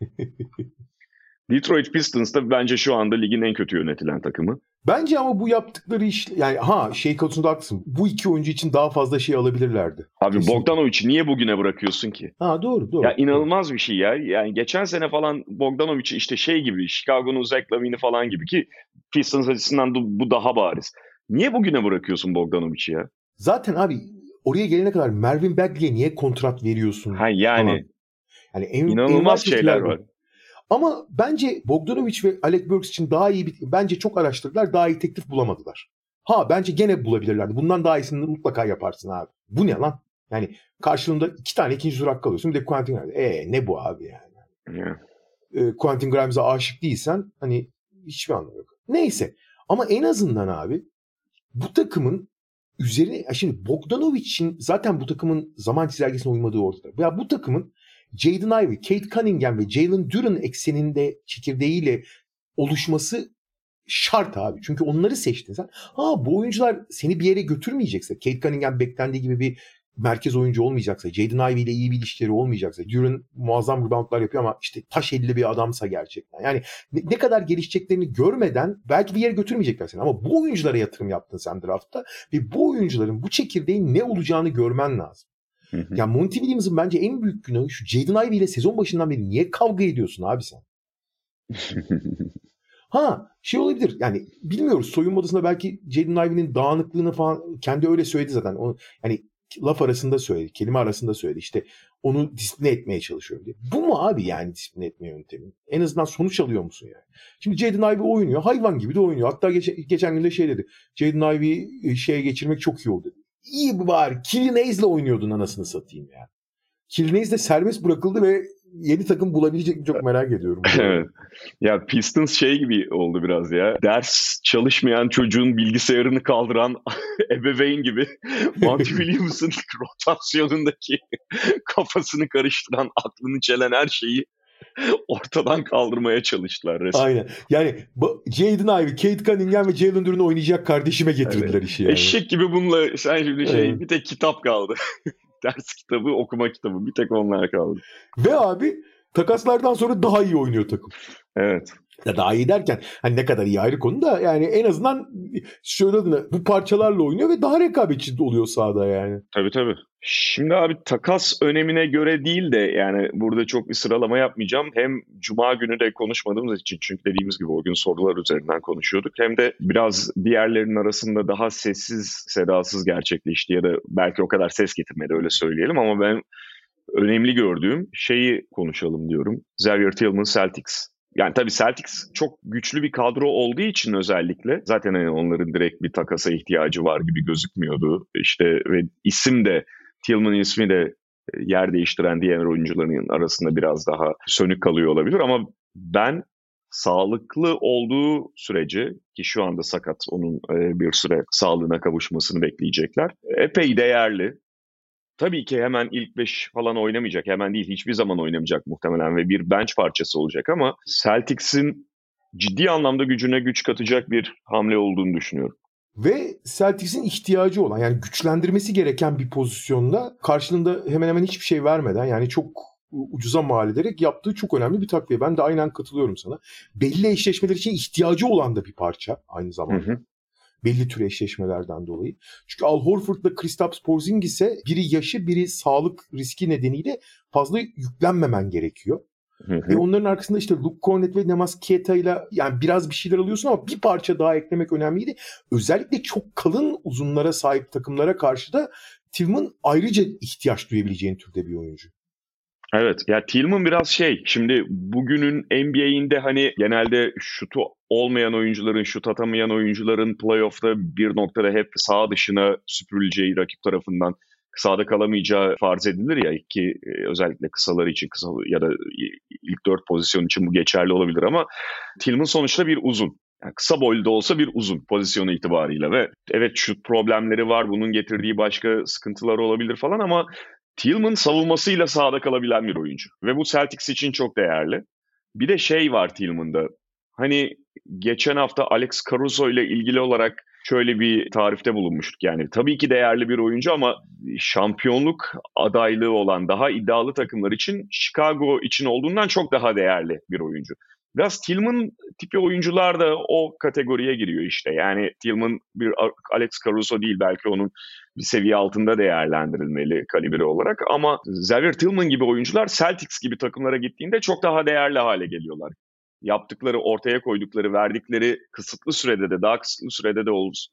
Detroit Pistons da bence şu anda ligin en kötü yönetilen takımı. Bence ama bu yaptıkları iş yani konusunda haklısın. Bu iki oyuncu için daha fazla şey alabilirlerdi. Abi Bogdanovic'i niye bugüne bırakıyorsun ki? Doğru. Ya inanılmaz bir şey ya. Yani geçen sene falan Bogdanovic'i işte gibi Chicago'nun Zach LaVine'i falan gibi ki Pistons açısından bu daha bariz. Niye bugüne bırakıyorsun Bogdanovic'i ya? Zaten abi oraya gelene kadar Marvin Bagley'e niye kontrat veriyorsun? Yani inanılmaz şeyler var. Ama bence Bogdanovic ve Alec Burks için daha iyi bence çok araştırdılar. Daha iyi teklif bulamadılar. Bence gene bulabilirlerdi. Bundan daha iyisini mutlaka yaparsın abi. Bu ne lan? Yani karşılığında 2 tane ikinci tur hakkı alıyorsun. Bir de Quentin ne bu abi yani? Quentin Grimes'a aşık değilsen hani hiçbir anlamı yok. Neyse ama en azından abi bu takımın üzerine şimdi Bogdanovic'in zaten bu takımın zaman çizelgesine uymadığı ortada. Ya bu takımın Jaden Ivey, Cade Cunningham ve Jalen Duren ekseninde çekirdeğiyle oluşması şart abi. Çünkü onları seçtin sen. Bu oyuncular seni bir yere götürmeyecekse, Cade Cunningham beklendiği gibi bir merkez oyuncu olmayacaksa, Jaden Ivey ile iyi bir ilişkileri olmayacaksa, Duren muazzam reboundlar yapıyor ama işte taş elli bir adamsa gerçekten. Yani ne kadar gelişeceklerini görmeden belki bir yere götürmeyecekler seni. Ama bu oyunculara yatırım yaptın sen draftta ve bu oyuncuların bu çekirdeğin ne olacağını görmen lazım. Ya Monty Williams'ın bence en büyük günahı şu: Jaden Ivey ile sezon başından beri niye kavga ediyorsun abi sen? Şey olabilir yani bilmiyoruz, soyunma odasında belki Jaden Ivey'nin dağınıklığını falan kendi öyle söyledi zaten. O, yani laf arasında söyledi, kelime arasında söyledi işte onu disipline etmeye çalışıyorum diye. Bu mu abi yani disipline etme yöntemi? En azından sonuç alıyor musun yani? Şimdi Jaden Ivey oynuyor, hayvan gibi de oynuyor. Hatta geçen gün de şey dedi, Jaden Ivey'i şeye geçirmek çok iyi oldu dedi. İyi bu bari. Killian Hayes'le oynuyordun anasını satayım ya. Killian Hayes de serbest bırakıldı ve yeni takım bulabilecek mi çok merak ediyorum. Evet. Ya Pistons şey gibi oldu biraz ya. Ders çalışmayan çocuğun bilgisayarını kaldıran ebeveyn gibi. Monty Williams'ın rotasyonundaki kafasını karıştıran, aklını çelen her şeyi ortadan kaldırmaya çalıştılar resmen. Aynen. Yani Jaden Ivey, Cade Cunningham ve Jalen Duren'u oynayacak kardeşime getirdiler Evet. işi yani. Eşek gibi bununla sen şimdi bir tek kitap kaldı. Ders kitabı, okuma kitabı. Bir tek onlar kaldı. Ve abi takaslardan sonra daha iyi oynuyor takım. Evet. Ya daha iyi derken hani ne kadar iyi ayrı konu da yani en azından şöyle bu parçalarla oynuyor ve daha rekabetçi oluyor sahada yani. Tabii. Şimdi abi takas önemine göre değil de yani burada çok bir sıralama yapmayacağım. Hem Cuma günü de konuşmadığımız için, çünkü dediğimiz gibi o gün sorular üzerinden konuşuyorduk. Hem de biraz diğerlerinin arasında daha sessiz sedasız gerçekleşti ya da belki o kadar ses getirmedi öyle söyleyelim, ama ben önemli gördüğüm şeyi konuşalım diyorum. Xavier Tillman Celtics. Yani tabii Celtics çok güçlü bir kadro olduğu için özellikle zaten hani onların direkt bir takasa ihtiyacı var gibi gözükmüyordu. İşte ve isim de, Tillman ismi de yer değiştiren diğer oyuncuların arasında biraz daha sönük kalıyor olabilir, ama ben sağlıklı olduğu sürece, ki şu anda sakat, onun bir süre sağlığına kavuşmasını bekleyecekler, epey değerli. Tabii ki hemen ilk 5 falan oynamayacak. Hemen değil, hiçbir zaman oynamayacak muhtemelen ve bir bench parçası olacak, ama Celtics'in ciddi anlamda gücüne güç katacak bir hamle olduğunu düşünüyorum. Ve Celtics'in ihtiyacı olan, yani güçlendirmesi gereken bir pozisyonda karşılığında hemen hemen hiçbir şey vermeden, yani çok ucuza mal ederek yaptığı çok önemli bir takviye. Ben de aynen katılıyorum sana. Belli eşleşmeler için ihtiyacı olan da bir parça aynı zamanda. Belli tür eşleşmelerden dolayı. Çünkü Al Horford'la Kristaps Porzingis'e biri yaşı, biri sağlık riski nedeniyle fazla yüklenmemen gerekiyor. Ve onların arkasında işte Luke Kornet ve Nemas Keita'yla yani biraz bir şeyler alıyorsun, ama bir parça daha eklemek önemliydi. Özellikle çok kalın uzunlara sahip takımlara karşı da Tillman ayrıca ihtiyaç duyabileceğin türde bir oyuncu. Evet, ya Tillman biraz şimdi bugünün NBA'inde hani genelde şutu olmayan oyuncuların, şut atamayan oyuncuların playoff'ta bir noktada hep sağ dışına süpürüleceği, rakip tarafından sahada kalamayacağı farz edilir ya, ki özellikle kısalar için, kısa ya da ilk 4 pozisyon için bu geçerli olabilir, ama Tillman sonuçta bir uzun. Yani kısa boylu da olsa bir uzun pozisyonu itibarıyla ve evet şut problemleri var, bunun getirdiği başka sıkıntılar olabilir falan, ama Tillman savunmasıyla sahada kalabilen bir oyuncu. Ve bu Celtics için çok değerli. Bir de var Tillman'da. Hani geçen hafta Alex Caruso ile ilgili olarak şöyle bir tarifte bulunmuştuk. Yani tabii ki değerli bir oyuncu, ama şampiyonluk adaylığı olan daha iddialı takımlar için, Chicago için olduğundan çok daha değerli bir oyuncu. Biraz Tillman tipi oyuncular da o kategoriye giriyor işte. Yani Tillman bir Alex Caruso değil, belki onun bir seviye altında değerlendirilmeli kalibre olarak, ama Xavier Tillman gibi oyuncular Celtics gibi takımlara gittiğinde çok daha değerli hale geliyorlar. Yaptıkları, ortaya koydukları, verdikleri kısıtlı sürede de, daha kısıtlı sürede de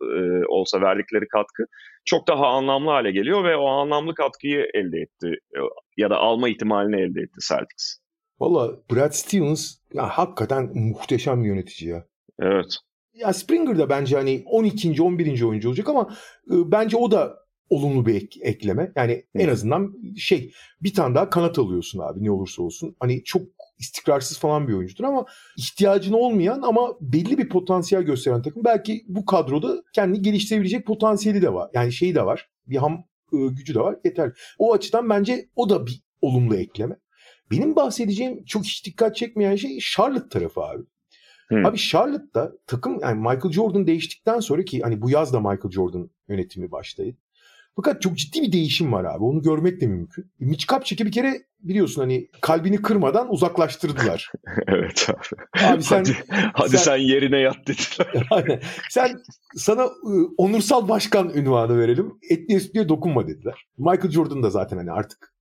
olsa verdikleri katkı çok daha anlamlı hale geliyor ve o anlamlı katkıyı elde etti ya da alma ihtimalini elde etti Celtics. Valla Brad Stevens ya hakikaten muhteşem bir yönetici ya. Evet. Ya Springer da bence hani 12. 11. oyuncu olacak, ama bence o da olumlu bir ekleme. Yani en azından bir tane daha kanat alıyorsun abi, ne olursa olsun. Hani çok istikrarsız falan bir oyuncudur ama ihtiyacın olmayan ama belli bir potansiyel gösteren takım. Belki bu kadroda kendini geliştirebilecek potansiyeli de var. Yani şeyi de var. Bir ham gücü de var. Yeter. O açıdan bence o da bir olumlu ekleme. Benim bahsedeceğim çok hiç dikkat çekmeyen şey Charlotte tarafı abi. Abi Charlotte'da takım yani Michael Jordan değiştikten sonra ki hani bu yaz da Michael Jordan yönetimi başladı. Fakat çok ciddi bir değişim var abi. Onu görmek de mümkün. Mitch Kupchak'ı bir kere biliyorsun hani kalbini kırmadan uzaklaştırdılar. Evet abi. Abi sen yerine yat dediler. Aynen. Sana onursal başkan unvanı verelim. Etliye sütlüye dokunma dediler. Michael Jordan da zaten hani artık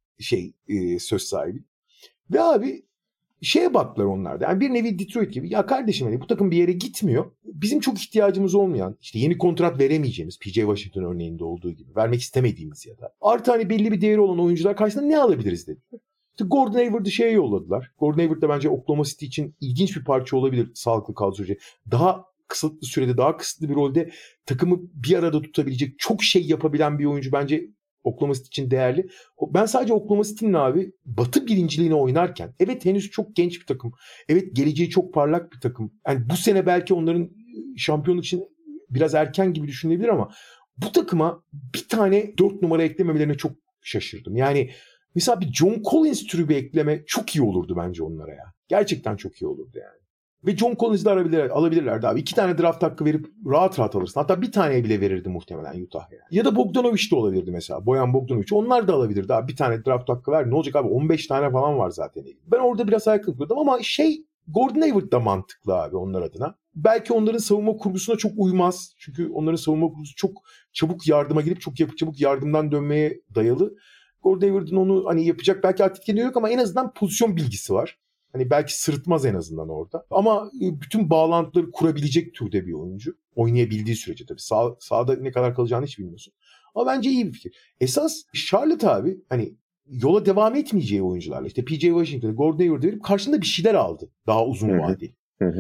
söz sahibi. Ve abi şeye baktılar onlar da. Yani bir nevi Detroit gibi. Ya kardeşim hani bu takım bir yere gitmiyor. Bizim çok ihtiyacımız olmayan, işte yeni kontrat veremeyeceğimiz, P.J. Washington örneğinde olduğu gibi. Vermek istemediğimiz ya da. Artı hani belli bir değeri olan oyuncular karşısında ne alabiliriz dediler. İşte Gordon Hayward'ı yolladılar. Gordon Hayward da bence Oklahoma City için ilginç bir parça olabilir sağlıklı kadro süreci. Daha kısıtlı sürede, daha kısıtlı bir rolde takımı bir arada tutabilecek, çok şey yapabilen bir oyuncu bence Oklahoma City için değerli. Ben sadece Oklahoma City'nin abi Batı birinciliğini oynarken, evet henüz çok genç bir takım. Evet geleceği çok parlak bir takım. Yani bu sene belki onların şampiyonluk için biraz erken gibi düşünülebilir ama bu takıma bir tane 4 numara eklememelerine çok şaşırdım. Yani mesela bir John Collins türü bir ekleme çok iyi olurdu bence onlara ya. Gerçekten çok iyi olurdu yani. Ve John Collins'i alabilirlerdi abi. 2 tane draft hakkı verip rahat rahat alırsın. Hatta bir taneye bile verirdi muhtemelen Utah yani. Ya da Bogdanovic de olabilirdi mesela. Bojan Bogdanovic. Onlar da alabilirdi abi. Bir tane draft hakkı ver. Ne olacak abi? 15 tane falan var zaten. Ben orada biraz ayak kırdım ama Gordon Hayward da mantıklı abi onlar adına. Belki onların savunma kurgusuna çok uymaz. Çünkü onların savunma kurgusu çok çabuk yardıma gidip çok çabuk yardımdan dönmeye dayalı. Gordon Hayward'ın onu hani yapacak belki atletkenliği yok ama en azından pozisyon bilgisi var. Hani belki sırıtmaz en azından orada. Ama bütün bağlantıları kurabilecek türde bir oyuncu. Oynayabildiği sürece tabii. Sahada ne kadar kalacağını hiç bilmiyorsun. Ama bence iyi bir fikir. Esas Charlotte abi hani yola devam etmeyeceği oyuncularla işte P.J. Washington, Gordon Hayward'ı verip karşında bir şeyler aldı. Daha uzun vadeli.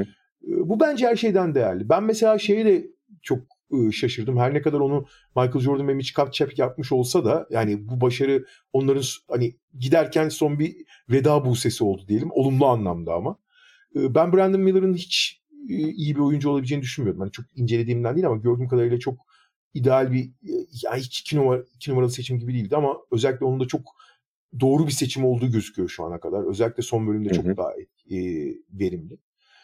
Bu bence her şeyden değerli. Ben mesela de çok şaşırdım. Her ne kadar onu Michael Jordan ve Mitch Kupchak yapmış olsa da yani bu başarı onların hani giderken son bir veda buğsesi oldu diyelim. Olumlu anlamda ama. Ben Brandon Miller'ın hiç iyi bir oyuncu olabileceğini düşünmüyordum. Hani çok incelediğimden değil ama gördüğüm kadarıyla çok ideal bir yani hiç 2 numaralı seçim gibi değildi ama özellikle onun da çok doğru bir seçim olduğu gözüküyor şu ana kadar. Özellikle son bölümde çok daha verimli.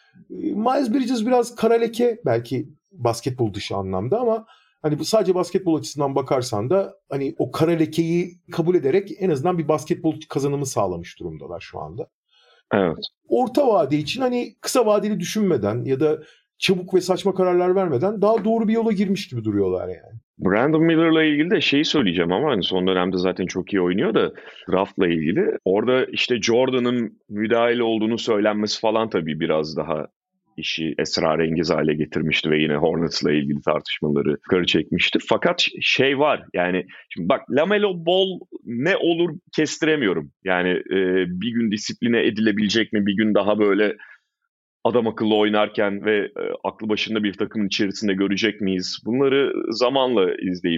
Miles Bridges biraz kara leke belki basketbol dışı anlamda ama hani bu sadece basketbol açısından bakarsan da hani o kara lekeyi kabul ederek en azından bir basketbol kazanımı sağlamış durumdalar şu anda. Evet. Orta vade için hani kısa vadeli düşünmeden ya da çabuk ve saçma kararlar vermeden daha doğru bir yola girmiş gibi duruyorlar yani. Brandon Miller'la ilgili de söyleyeceğim ama hani son dönemde zaten çok iyi oynuyor da draft'la ilgili. Orada işte Jordan'ın müdahale olduğunu söylenmesi falan tabii biraz daha işi esrarengiz hale getirmişti ve yine Hornets'la ilgili tartışmaları yukarı çekmiştir. Fakat var yani şimdi bak LaMelo Ball ne olur kestiremiyorum. Yani bir gün disipline edilebilecek mi, bir gün daha böyle adam akıllı oynarken ve aklı başında bir takımın içerisinde görecek miyiz? Bunları zamanla izleyip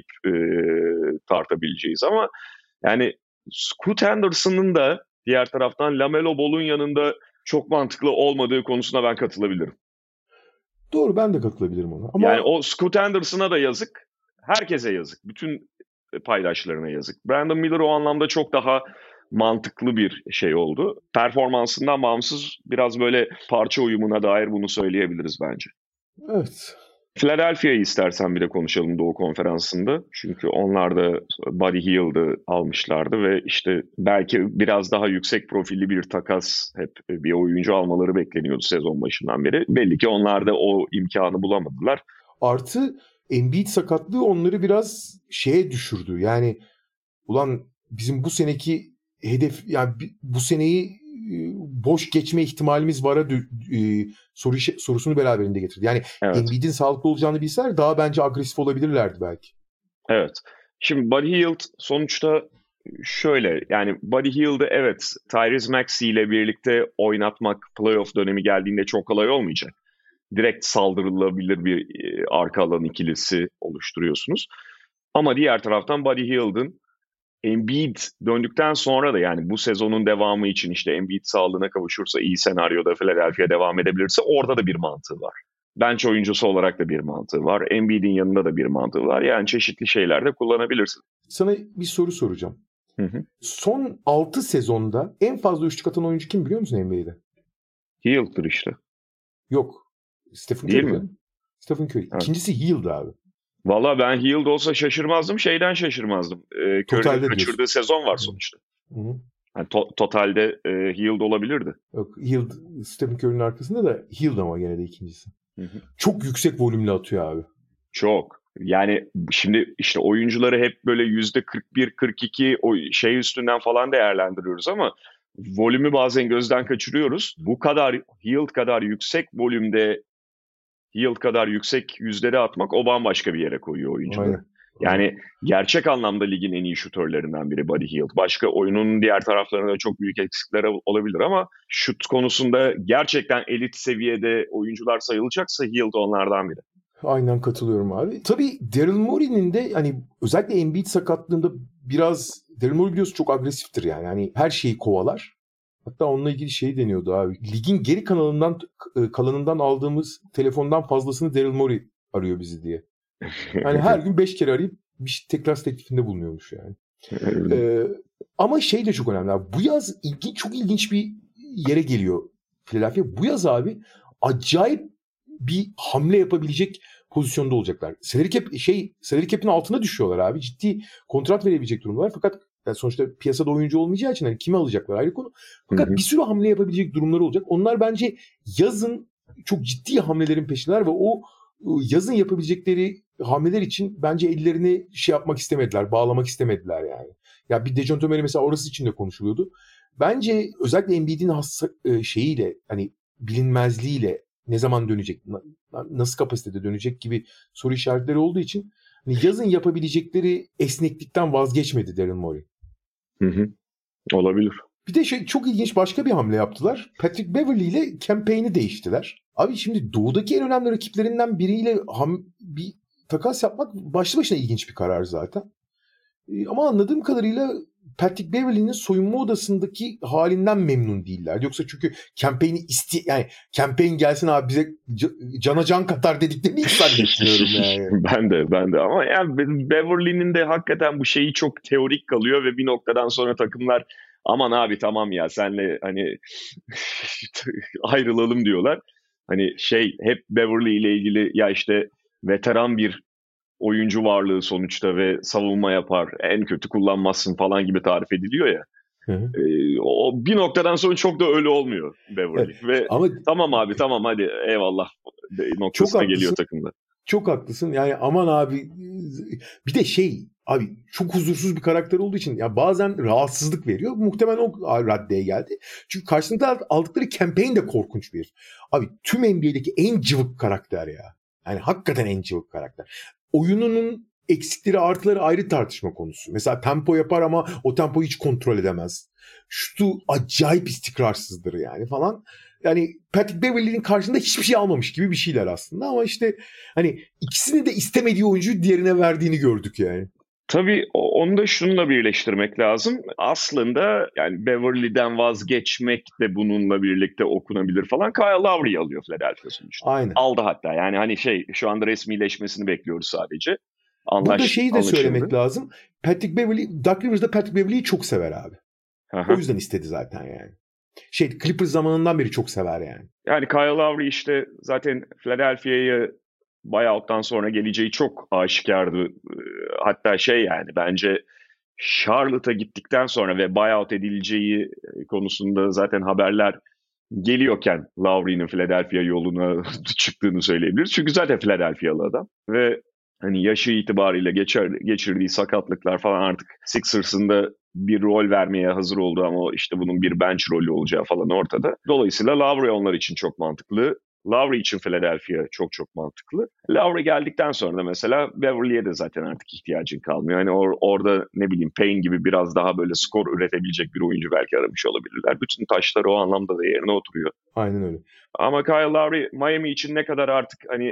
tartabileceğiz ama yani Scoot Henderson'ın da diğer taraftan LaMelo Ball'un yanında çok mantıklı olmadığı konusuna ben katılabilirim. Doğru, ben de katılabilirim ona. Ama... Yani o Scoot Henderson'a da yazık, herkese yazık, bütün paydaşlarına yazık. Brandon Miller o anlamda çok daha mantıklı bir oldu. Performansından bağımsız biraz böyle parça uyumuna dair bunu söyleyebiliriz bence. Evet. Philadelphia'yı istersen bir de konuşalım Doğu Konferansı'nda. Çünkü onlar da Buddy Hield'ı almışlardı ve işte belki biraz daha yüksek profilli bir takas, hep bir oyuncu almaları bekleniyordu sezon başından beri. Belli ki onlar da o imkanı bulamadılar. Artı Embiid sakatlığı onları biraz düşürdü. Yani ulan bizim bu seneki hedef, yani bu seneyi boş geçme ihtimalimiz vara sorusunu beraberinde getirdi. Yani evet. Embiid'in sağlıklı olacağını bilseler daha bence agresif olabilirlerdi belki. Evet. Şimdi Buddy Hield sonuçta şöyle, yani Buddy Hield'ı evet Tyrese Maxey ile birlikte oynatmak playoff dönemi geldiğinde çok kolay olmayacak. Direkt saldırılabilir bir arka alan ikilisi oluşturuyorsunuz. Ama diğer taraftan Buddy Hield'ın Embiid döndükten sonra da yani bu sezonun devamı için işte Embiid sağlığına kavuşursa, iyi senaryoda Philadelphia devam edebilirse orada da bir mantığı var. Bench oyuncusu olarak da bir mantığı var. Embiid'in yanında da bir mantığı var. Yani çeşitli şeyler de kullanabilirsin. Sana bir soru soracağım. Hı. Son 6 sezonda en fazla üçlük atan oyuncu kim biliyor musun NBA'de? Hield'dır işte. Yok. Stephen Değil Curry mi? Stephen Curry. Evet. İkincisi Hield abi. Valla ben Hield olsa şaşırmazdım. Şeyden şaşırmazdım. Curry'nin kaçırdığı sezon var sonuçta. Hı. Yani totalde Hield olabilirdi. Yok, Hield Stephen Curry'nin arkasında da Hield ama gene de ikincisi. Hı. Çok yüksek volümle atıyor abi. Çok. Yani şimdi işte oyuncuları hep böyle %41-42 o şey üstünden falan değerlendiriyoruz ama volümü bazen gözden kaçırıyoruz. Bu kadar Hield kadar yüksek volümde Hield kadar yüksek yüzdede atmak o bambaşka bir yere koyuyor oyuncuları. Aynen. Yani gerçek anlamda ligin en iyi şutörlerinden biri Buddy Hield. Başka oyunun diğer taraflarında çok büyük eksikleri olabilir ama şut konusunda gerçekten elit seviyede oyuncular sayılacaksa Hield onlardan biri. Aynen katılıyorum abi. Tabii Daryl Morey'nin de hani özellikle Embiid sakatlığında biraz Daryl Morey biliyorsun çok agresiftir yani. Hani her şeyi kovalar. Hatta onunla ilgili şey deniyordu abi. Ligin geri kalanından aldığımız telefondan fazlasını Daryl Morey arıyor bizi diye. Yani her gün 5 kere arayıp bir tekrar teklifinde bulunuyormuş yani. Ama şey de çok önemli abi. Bu yaz çok ilginç bir yere geliyor Philadelphia. Bu yaz abi acayip bir hamle yapabilecek pozisyonda olacaklar. Salary cap'in altına düşüyorlar abi. Ciddi kontrat verebilecek durumdalar. Fakat yani sonuçta piyasada oyuncu olmayacağı için hani kimi alacaklar ayrı konu. Fakat bir sürü hamle yapabilecek durumları olacak. Onlar bence yazın çok ciddi hamlelerin peşindeler ve o yazın yapabilecekleri hamleler için bence ellerini yapmak istemediler, bağlamak istemediler yani. Ya bir Dejounte Murray mesela orası için de konuşuluyordu. Bence özellikle Embiid'in şeyiyle hani bilinmezliğiyle ne zaman dönecek, nasıl kapasitede dönecek gibi soru işaretleri olduğu için hani yazın yapabilecekleri esneklikten vazgeçmedi Daryl Morey. Olabilir. Bir de çok ilginç başka bir hamle yaptılar. Patrick Beverley ile campaign'i değiştiler. Abi şimdi doğudaki en önemli rakiplerinden biriyle bir takas yapmak başlı başına ilginç bir karar zaten. Ama anladığım kadarıyla Patrick Beverley'nin soyunma odasındaki halinden memnun değiller. Yoksa çünkü campaign'i yani campaign gelsin abi bize cana can katar dediklerini hiç zannetmiyorum yani. Ben de ama yani Beverley'nin de hakikaten bu şeyi çok teorik kalıyor ve bir noktadan sonra takımlar aman abi tamam ya senle hani ayrılalım diyorlar. Hani hep Beverley ile ilgili ya işte veteran bir oyuncu varlığı sonuçta ve savunma yapar, en kötü kullanmazsın falan gibi tarif ediliyor ya. O bir noktadan sonra çok da öyle olmuyor Beverley. Evet, ve ama, tamam abi tamam hadi eyvallah noktasına geliyor takımda. Çok haklısın. Yani aman abi bir de abi çok huzursuz bir karakter olduğu için ya bazen rahatsızlık veriyor. Muhtemelen o raddeye geldi. Çünkü karşısında aldıkları campaign de korkunç bir. Abi tüm NBA'deki en cıvık karakter ya. Yani hakikaten en cıvık karakter. Oyununun eksikleri artıları ayrı tartışma konusu. Mesela tempo yapar ama o tempoyu hiç kontrol edemez. Şutu acayip istikrarsızdır yani falan. Yani Patrick Beverley'nin karşısında hiçbir şey almamış gibi bir şeyler aslında ama işte hani ikisini de istemediği oyuncuyu diğerine verdiğini gördük yani. Tabii onu da şununla birleştirmek lazım. Aslında yani Beverley'den vazgeçmek de bununla birlikte okunabilir falan. Kyle Lowry'i alıyor Philadelphia sonuçta. Aynen. Aldı hatta. Yani hani şu anda resmileşmesini bekliyoruz sadece. Burada şeyi de söylemek lazım. Doug Rivers da Patrick Beverley'i çok sever abi. Aha. O yüzden istedi zaten yani. Clippers zamanından beri çok sever yani. Yani Kyle Lowry işte zaten Philadelphia'yı buyout'tan sonra geleceği çok aşikardı. Hatta yani bence Charlotte'a gittikten sonra ve buyout edileceği konusunda zaten haberler geliyorken Lowry'nin Philadelphia yoluna çıktığını söyleyebiliriz. Çünkü zaten Philadelphia'lı adam ve hani yaşı itibariyle geçirdiği sakatlıklar falan artık Sixers'ın da bir rol vermeye hazır oldu ama işte bunun bir bench rolü olacağı falan ortada. Dolayısıyla Lowry onlar için çok mantıklı. Lowry için Philadelphia çok çok mantıklı. Lowry geldikten sonra da mesela Beverley'e de zaten artık ihtiyacın kalmıyor. Yani orada ne bileyim Payne gibi biraz daha böyle skor üretebilecek bir oyuncu belki aramış olabilirler. Bütün taşlar o anlamda da yerine oturuyor. Aynen öyle. Ama Kyle Lowry Miami için ne kadar artık hani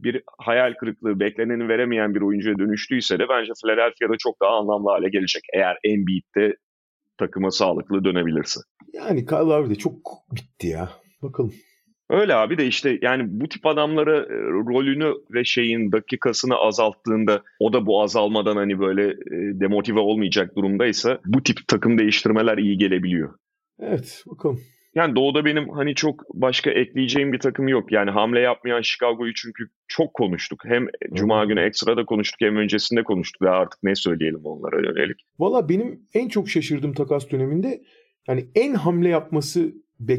bir hayal kırıklığı, bekleneni veremeyen bir oyuncuya dönüştüyse de bence Philadelphia'da çok daha anlamlı hale gelecek. Eğer Embiid'de takıma sağlıklı dönebilirse. Yani Kyle Lowry de çok bitti ya. Bakalım. Öyle abi de işte yani bu tip adamlara rolünü ve dakikasını azalttığında o da bu azalmadan hani böyle demotive olmayacak durumdaysa bu tip takım değiştirmeler iyi gelebiliyor. Evet, bakalım. Yani Doğu'da benim hani çok başka ekleyeceğim bir takım yok. Yani hamle yapmayan Chicago'yu çünkü çok konuştuk. Hem Cuma günü ekstrada konuştuk hem öncesinde konuştuk. Daha artık ne söyleyelim onlara yönelik. Valla benim en çok şaşırdığım takas döneminde yani en hamle yapması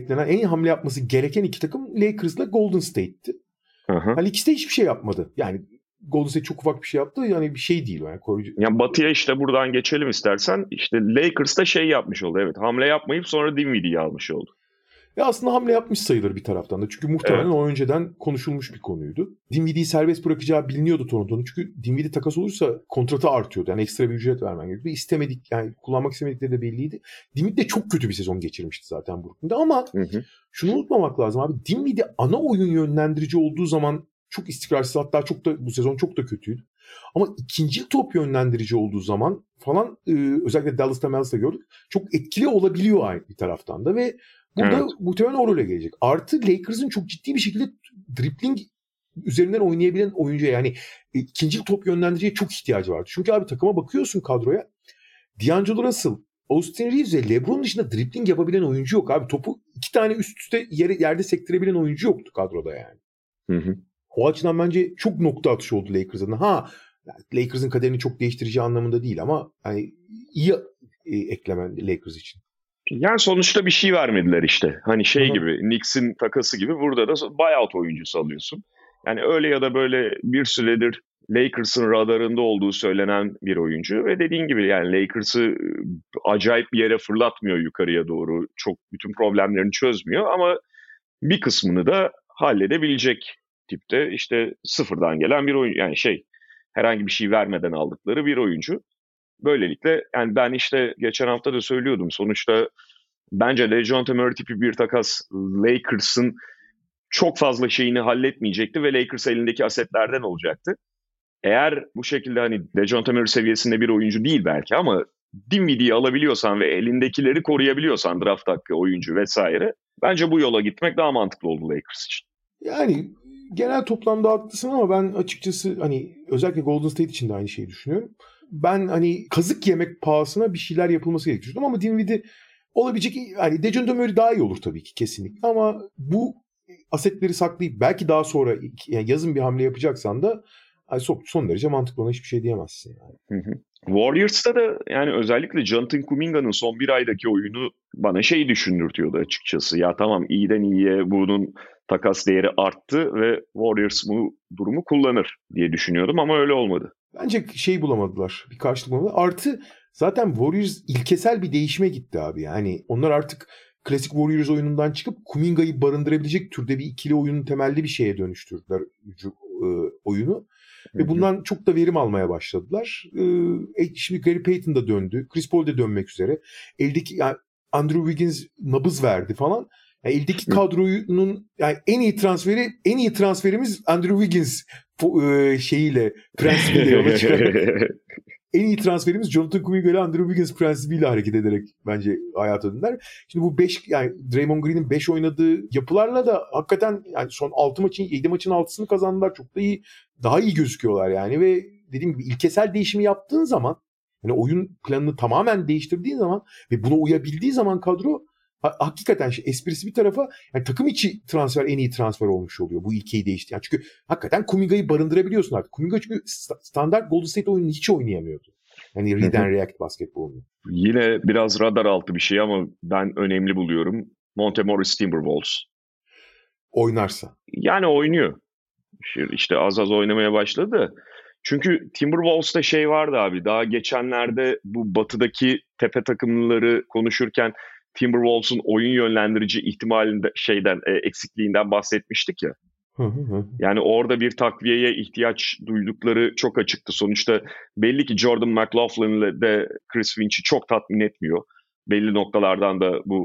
gereken iki takım Lakers'la Golden State'ti. Hani ikisi de hiçbir şey yapmadı. Yani Golden State çok ufak bir şey yaptı. Yani bir şey değil o. Yani koruyucu. Yani Batı'ya işte buradan geçelim istersen. İşte Lakers da yapmış oldu. Evet, hamle yapmayıp sonra Dinwiddie'yi almış oldu. Ve aslında hamle yapmış sayılır bir taraftan da. Çünkü muhtemelen o önceden konuşulmuş bir konuydu. Dinwiddie'yi serbest bırakacağı biliniyordu Toronto'nun. Çünkü Dinwiddie takas olursa kontratı artıyordu. Yani ekstra bir ücret vermen gerekiyordu. İstemedik, yani kullanmak istemedikleri de belliydi. Dinwiddie de çok kötü bir sezon geçirmişti zaten Brooklyn'de ama şunu unutmamak lazım abi. Dinwiddie ana oyun yönlendirici olduğu zaman çok istikrarsız, hatta çok da bu sezon çok da kötüydü. Ama ikinci top yönlendirici olduğu zaman falan özellikle Dallas'ta Mavericks'te gördük. Çok etkili olabiliyor aynı bir taraftan da ve burada muhtemelen o role gelecek. Artı Lakers'ın çok ciddi bir şekilde dribbling üzerinden oynayabilen oyuncuya, yani ikinci top yönlendiriciye çok ihtiyacı var. Çünkü abi takıma bakıyorsun, kadroya. D'Angelo Russell, Austin Reeves ve LeBron dışında dribbling yapabilen oyuncu yok abi. Topu iki tane üst üste yerde sektirebilen oyuncu yoktu kadroda yani. O açıdan bence çok nokta atışı oldu Lakers'ın. Lakers'ın kaderini çok değiştireceği anlamında değil ama yani iyi ekleme Lakers için. Yani sonuçta bir şey vermediler işte. Hani gibi, Knicks'in takası gibi burada da buyout oyuncusu alıyorsun. Yani öyle ya da böyle bir süredir Lakers'ın radarında olduğu söylenen bir oyuncu ve dediğin gibi yani Lakers'ı acayip bir yere fırlatmıyor yukarıya doğru. Çok bütün problemlerini çözmüyor ama bir kısmını da halledebilecek tipte işte sıfırdan gelen bir oyuncu. Yani herhangi bir şey vermeden aldıkları bir oyuncu. Böylelikle yani ben işte geçen hafta da söylüyordum. Sonuçta bence DeJounte Murray tipi bir takas Lakers'ın çok fazla şeyini halletmeyecekti ve Lakers elindeki asetlerden olacaktı. Eğer bu şekilde hani DeJounte Murray seviyesinde bir oyuncu değil belki ama Dinwiddie'yi alabiliyorsan ve elindekileri koruyabiliyorsan, draft hakkı, oyuncu vesaire, bence bu yola gitmek daha mantıklı oldu Lakers için. Yani genel toplamda haklısın ama ben açıkçası hani özellikle Golden State için de aynı şeyi düşünüyorum. Ben hani kazık yemek pahasına bir şeyler yapılması gerekiyor ama Dinwiddie olabilecek, yani DeJounte Murray daha iyi olur tabii ki kesinlikle ama bu asetleri saklayıp belki daha sonra yani yazın bir hamle yapacaksan da son derece mantıklı, ona hiçbir şey diyemezsin yani. Warriors'ta da yani özellikle Jonathan Kuminga'nın son bir aydaki oyunu bana düşündürtüyordu açıkçası. Ya tamam, iyiden iyiye bunun takas değeri arttı ve Warriors bu durumu kullanır diye düşünüyordum ama öyle olmadı. Bence bulamadılar. Bir karşılık bulamadılar. Artı zaten Warriors ilkesel bir değişime gitti abi. Yani onlar artık klasik Warriors oyunundan çıkıp Kuminga'yı barındırabilecek türde bir ikili oyunun temelli bir şeye dönüştürdüler oyunu. Ve bundan çok da verim almaya başladılar. Şimdi Gary Payton da döndü. Chris Paul de dönmek üzere. Eldeki yani Andrew Wiggins nabız verdi falan. Yani eldeki kadronun yani en iyi transferimiz Andrew Wiggins prensibiyle yola çıkarak. En iyi transferimiz Jonathan Kuminga ile Andrew Wiggins prensibiyle hareket ederek bence hayata döndüler. Şimdi bu 5 yani Draymond Green'in 5 oynadığı yapılarla da hakikaten yani son 7 maçın 6'sını kazandılar. Çok da daha iyi gözüküyorlar yani ve dediğim gibi ilkesel değişimi yaptığın zaman, yani oyun planını tamamen değiştirdiğin zaman ve buna uyabildiği zaman kadro hakikaten esprisi bir tarafa, yani takım içi transfer en iyi transfer olmuş oluyor bu ilkeyi değişti. Yani çünkü hakikaten Kuminga'yı barındırabiliyorsun artık. Kuminga çünkü standart Golden State oyununu hiç oynayamıyordu. Yani read and react basketbolunu. Yine biraz radar altı bir şey ama ben önemli buluyorum. Monte Morris Timberwolves. Oynarsa. Yani oynuyor. İşte az oynamaya başladı. Çünkü Timberwolves'ta vardı abi. Daha geçenlerde bu batıdaki tepe takımları konuşurken Timberwolves'un oyun yönlendirici ihtimalinde eksikliğinden bahsetmiştik ya. Yani orada bir takviyeye ihtiyaç duydukları çok açıktı. Sonuçta belli ki Jordan McLaughlin'le de Chris Finch'i çok tatmin etmiyor. Belli noktalardan da bu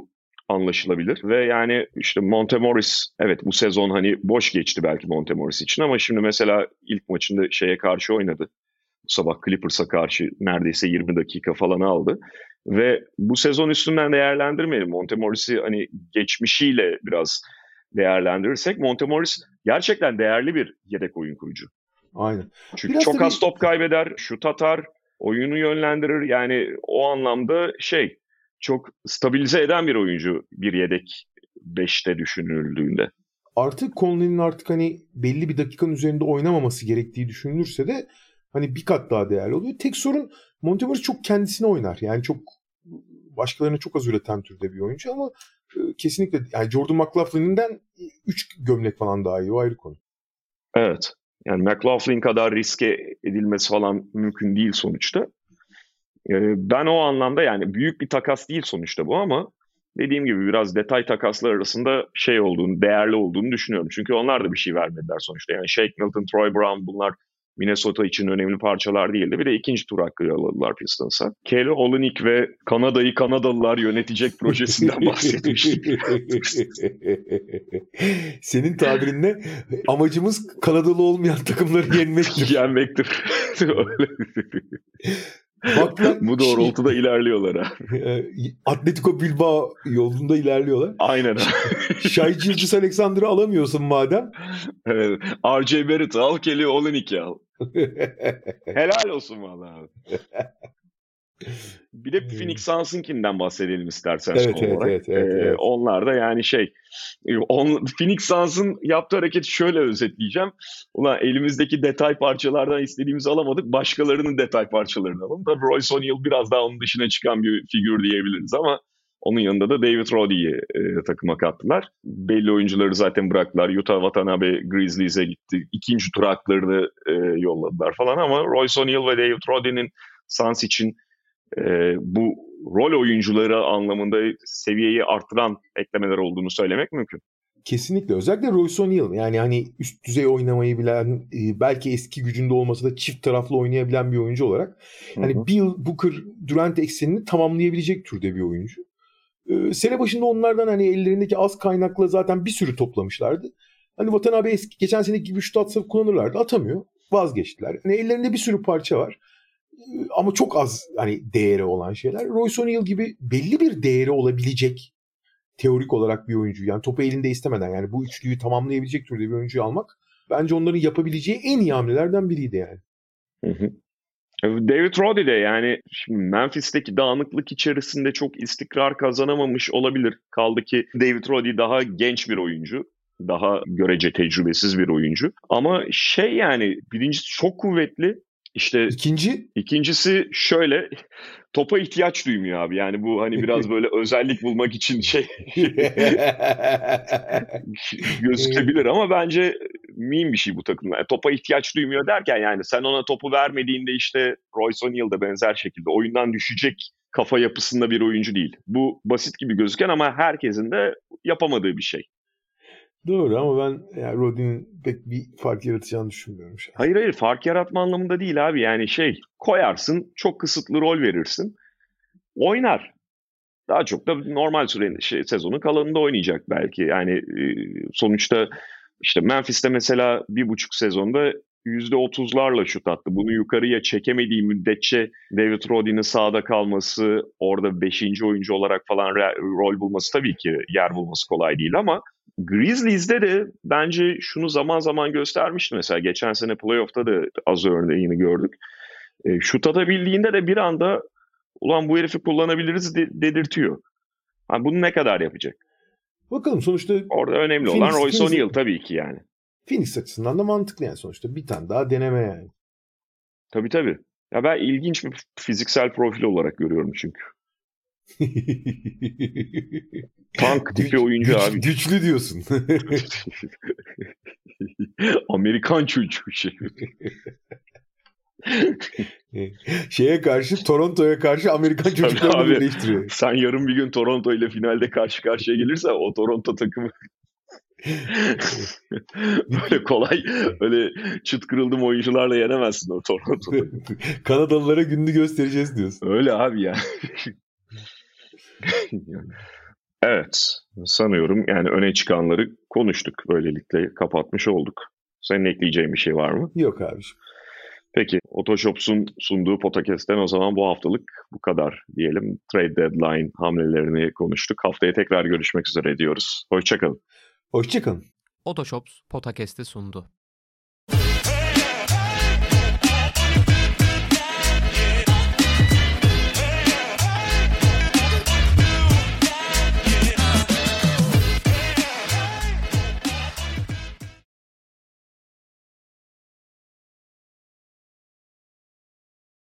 anlaşılabilir. Ve yani işte Montemoris, evet bu sezon hani boş geçti belki Montemoris için ama şimdi mesela ilk maçında şeye karşı oynadı. Bu sabah Clippers'a karşı neredeyse 20 dakika falan aldı. Ve bu sezon üstünden değerlendirmeyelim. Montemoris'i hani geçmişiyle biraz değerlendirirsek Montemoris gerçekten değerli bir yedek oyun kurucu. Aynen. Çünkü biraz çok az top kaybeder, şut atar, oyunu yönlendirir. Yani o anlamda çok stabilize eden bir oyuncu bir yedek 5'te düşünüldüğünde. Artık Conley'nin artık hani belli bir dakikanın üzerinde oynamaması gerektiği düşünülürse de hani bir kat daha değerli oluyor. Tek sorun Montemoris çok kendisine oynar. Yani çok başkalarına çok az üreten türde bir oyuncu ama kesinlikle yani Jordan McLaughlin'inden 3 gömlek falan daha iyi. O ayrı konu. Evet. Yani McLaughlin kadar riske edilmesi falan mümkün değil sonuçta. Ben o anlamda yani büyük bir takas değil sonuçta bu ama dediğim gibi biraz detay takaslar arasında değerli olduğunu düşünüyorum. Çünkü onlar da bir şey vermediler sonuçta. Yani Shake Milton, Troy Brown bunlar Minnesota için önemli parçalar değildi. Bir de ikinci tur hakkı yolladılar Pistons'a. Kelly Olynyk ve Kanada'yı Kanadalılar yönetecek projesinden bahsetmiştik. Senin tabirinle amacımız Kanadalı olmayan takımları yenmektir. Yenmektir. Bu doğrultuda ilerliyorlar ha. Atletico Bilbao yolunda ilerliyorlar. Aynen. Shai Gilgeous-Alexander'ı alamıyorsun madem. Evet. R.J. Barrett'ı al, Kelly Olynyk'i al. Helal olsun vallahi abi. Bir de Phoenix Suns'ınkinden bahsedelim istersen son olarak. Evet. Onlar da yani Phoenix Suns'ın yaptığı hareketi şöyle özetleyeceğim. Ulan elimizdeki detay parçalardan istediğimizi alamadık. Başkalarının detay parçalarını alalım. Tabii Royce O'Neal biraz daha onun dışına çıkan bir figür diyebiliriz ama onun yanında da David Roddy'yi takıma kattılar. Belli oyuncuları zaten bıraktılar. Utah Watanabe Grizzlies'e gitti. İkinci tur haklarını yolladılar falan ama Royce O'Neal ve David Roddy'nin Suns için bu rol oyuncuları anlamında seviyeyi artıran eklemeler olduğunu söylemek mümkün. Kesinlikle. Özellikle Royce O'Neal yani hani üst düzey oynamayı bilen, belki eski gücünde olmasa da çift taraflı oynayabilen bir oyuncu olarak hani Bill, Booker, Durant eksenini tamamlayabilecek türde bir oyuncu. Sene başında onlardan hani ellerindeki az kaynakla zaten bir sürü toplamışlardı. Hani Watanabe geçen seneki gibi şut atsa kullanırlardı. Atamıyor. Vazgeçtiler. Hani ellerinde bir sürü parça var. Ama çok az hani değeri olan şeyler. Royce O'Neal gibi belli bir değeri olabilecek teorik olarak bir oyuncu. Yani topu elinde istemeden yani bu üçlüyü tamamlayabilecek türde bir oyuncuyu almak bence onların yapabileceği en iyi hamlelerden biriydi yani. David Roddy de yani şimdi Memphis'teki dağınıklık içerisinde çok istikrar kazanamamış olabilir. Kaldı ki David Roddy daha genç bir oyuncu. Daha görece tecrübesiz bir oyuncu. Ama yani birincisi çok kuvvetli. İşte İkincisi şöyle topa ihtiyaç duymuyor abi. Yani bu hani biraz böyle özellik bulmak için gözükebilir ama bence mühim bir şey bu takımda. Yani topa ihtiyaç duymuyor derken yani sen ona topu vermediğinde işte Royce O'Neal da benzer şekilde oyundan düşecek kafa yapısında bir oyuncu değil. Bu basit gibi gözüken ama herkesin de yapamadığı bir şey. Doğru ama ben yani Roddy'nin pek bir fark yaratacağını düşünmüyorum. Hayır fark yaratma anlamında değil abi. Yani koyarsın, çok kısıtlı rol verirsin. Oynar. Daha çok da normal sezonun kalanında oynayacak belki. Yani sonuçta işte Memphis'te mesela 1,5 sezonda %30'larla şut attı. Bunu yukarıya çekemediği müddetçe David Roddy'nin sahada kalması, orada 5. oyuncu olarak falan rol bulması tabii ki yer bulması kolay değil ama Grizzlies'de de bence şunu zaman zaman göstermişti. Mesela geçen sene playoff'ta da az örneğini gördük. Şut atabildiğinde de bir anda ulan bu herifi kullanabiliriz dedirtiyor. Ha, bunu ne kadar yapacak? Bakalım sonuçta orada önemli olan Royce O'Neal tabii ki yani. Phoenix açısından da mantıklı yani sonuçta bir tane daha deneme yani. Tabii. Ya ben ilginç bir fiziksel profil olarak görüyorum çünkü. Tank tipi oyuncu abi. Güçlü diyorsun. Amerikan çocuğu Şeye karşı, Toronto'ya karşı Amerikan çocuklarını birleştiriyor. Sen yarın bir gün Toronto ile finalde karşı karşıya gelirsen o Toronto takımı öyle kolay, öyle çıt kırıldım oyuncularla yenemezsin o Toronto'da. Kanadalılara gününü göstereceğiz diyorsun. Öyle abi ya. Evet, sanıyorum yani öne çıkanları konuştuk. Böylelikle kapatmış olduk. Senin ekleyeceğin bir şey var mı? Yok abiciğim. Peki, Otoshops'un sunduğu podcast'ten o zaman bu haftalık bu kadar diyelim. Trade deadline hamlelerini konuştuk. Haftaya tekrar görüşmek üzere diyoruz. Hoşçakalın. Hoşçakalın. Otoshops Podcast'i sundu.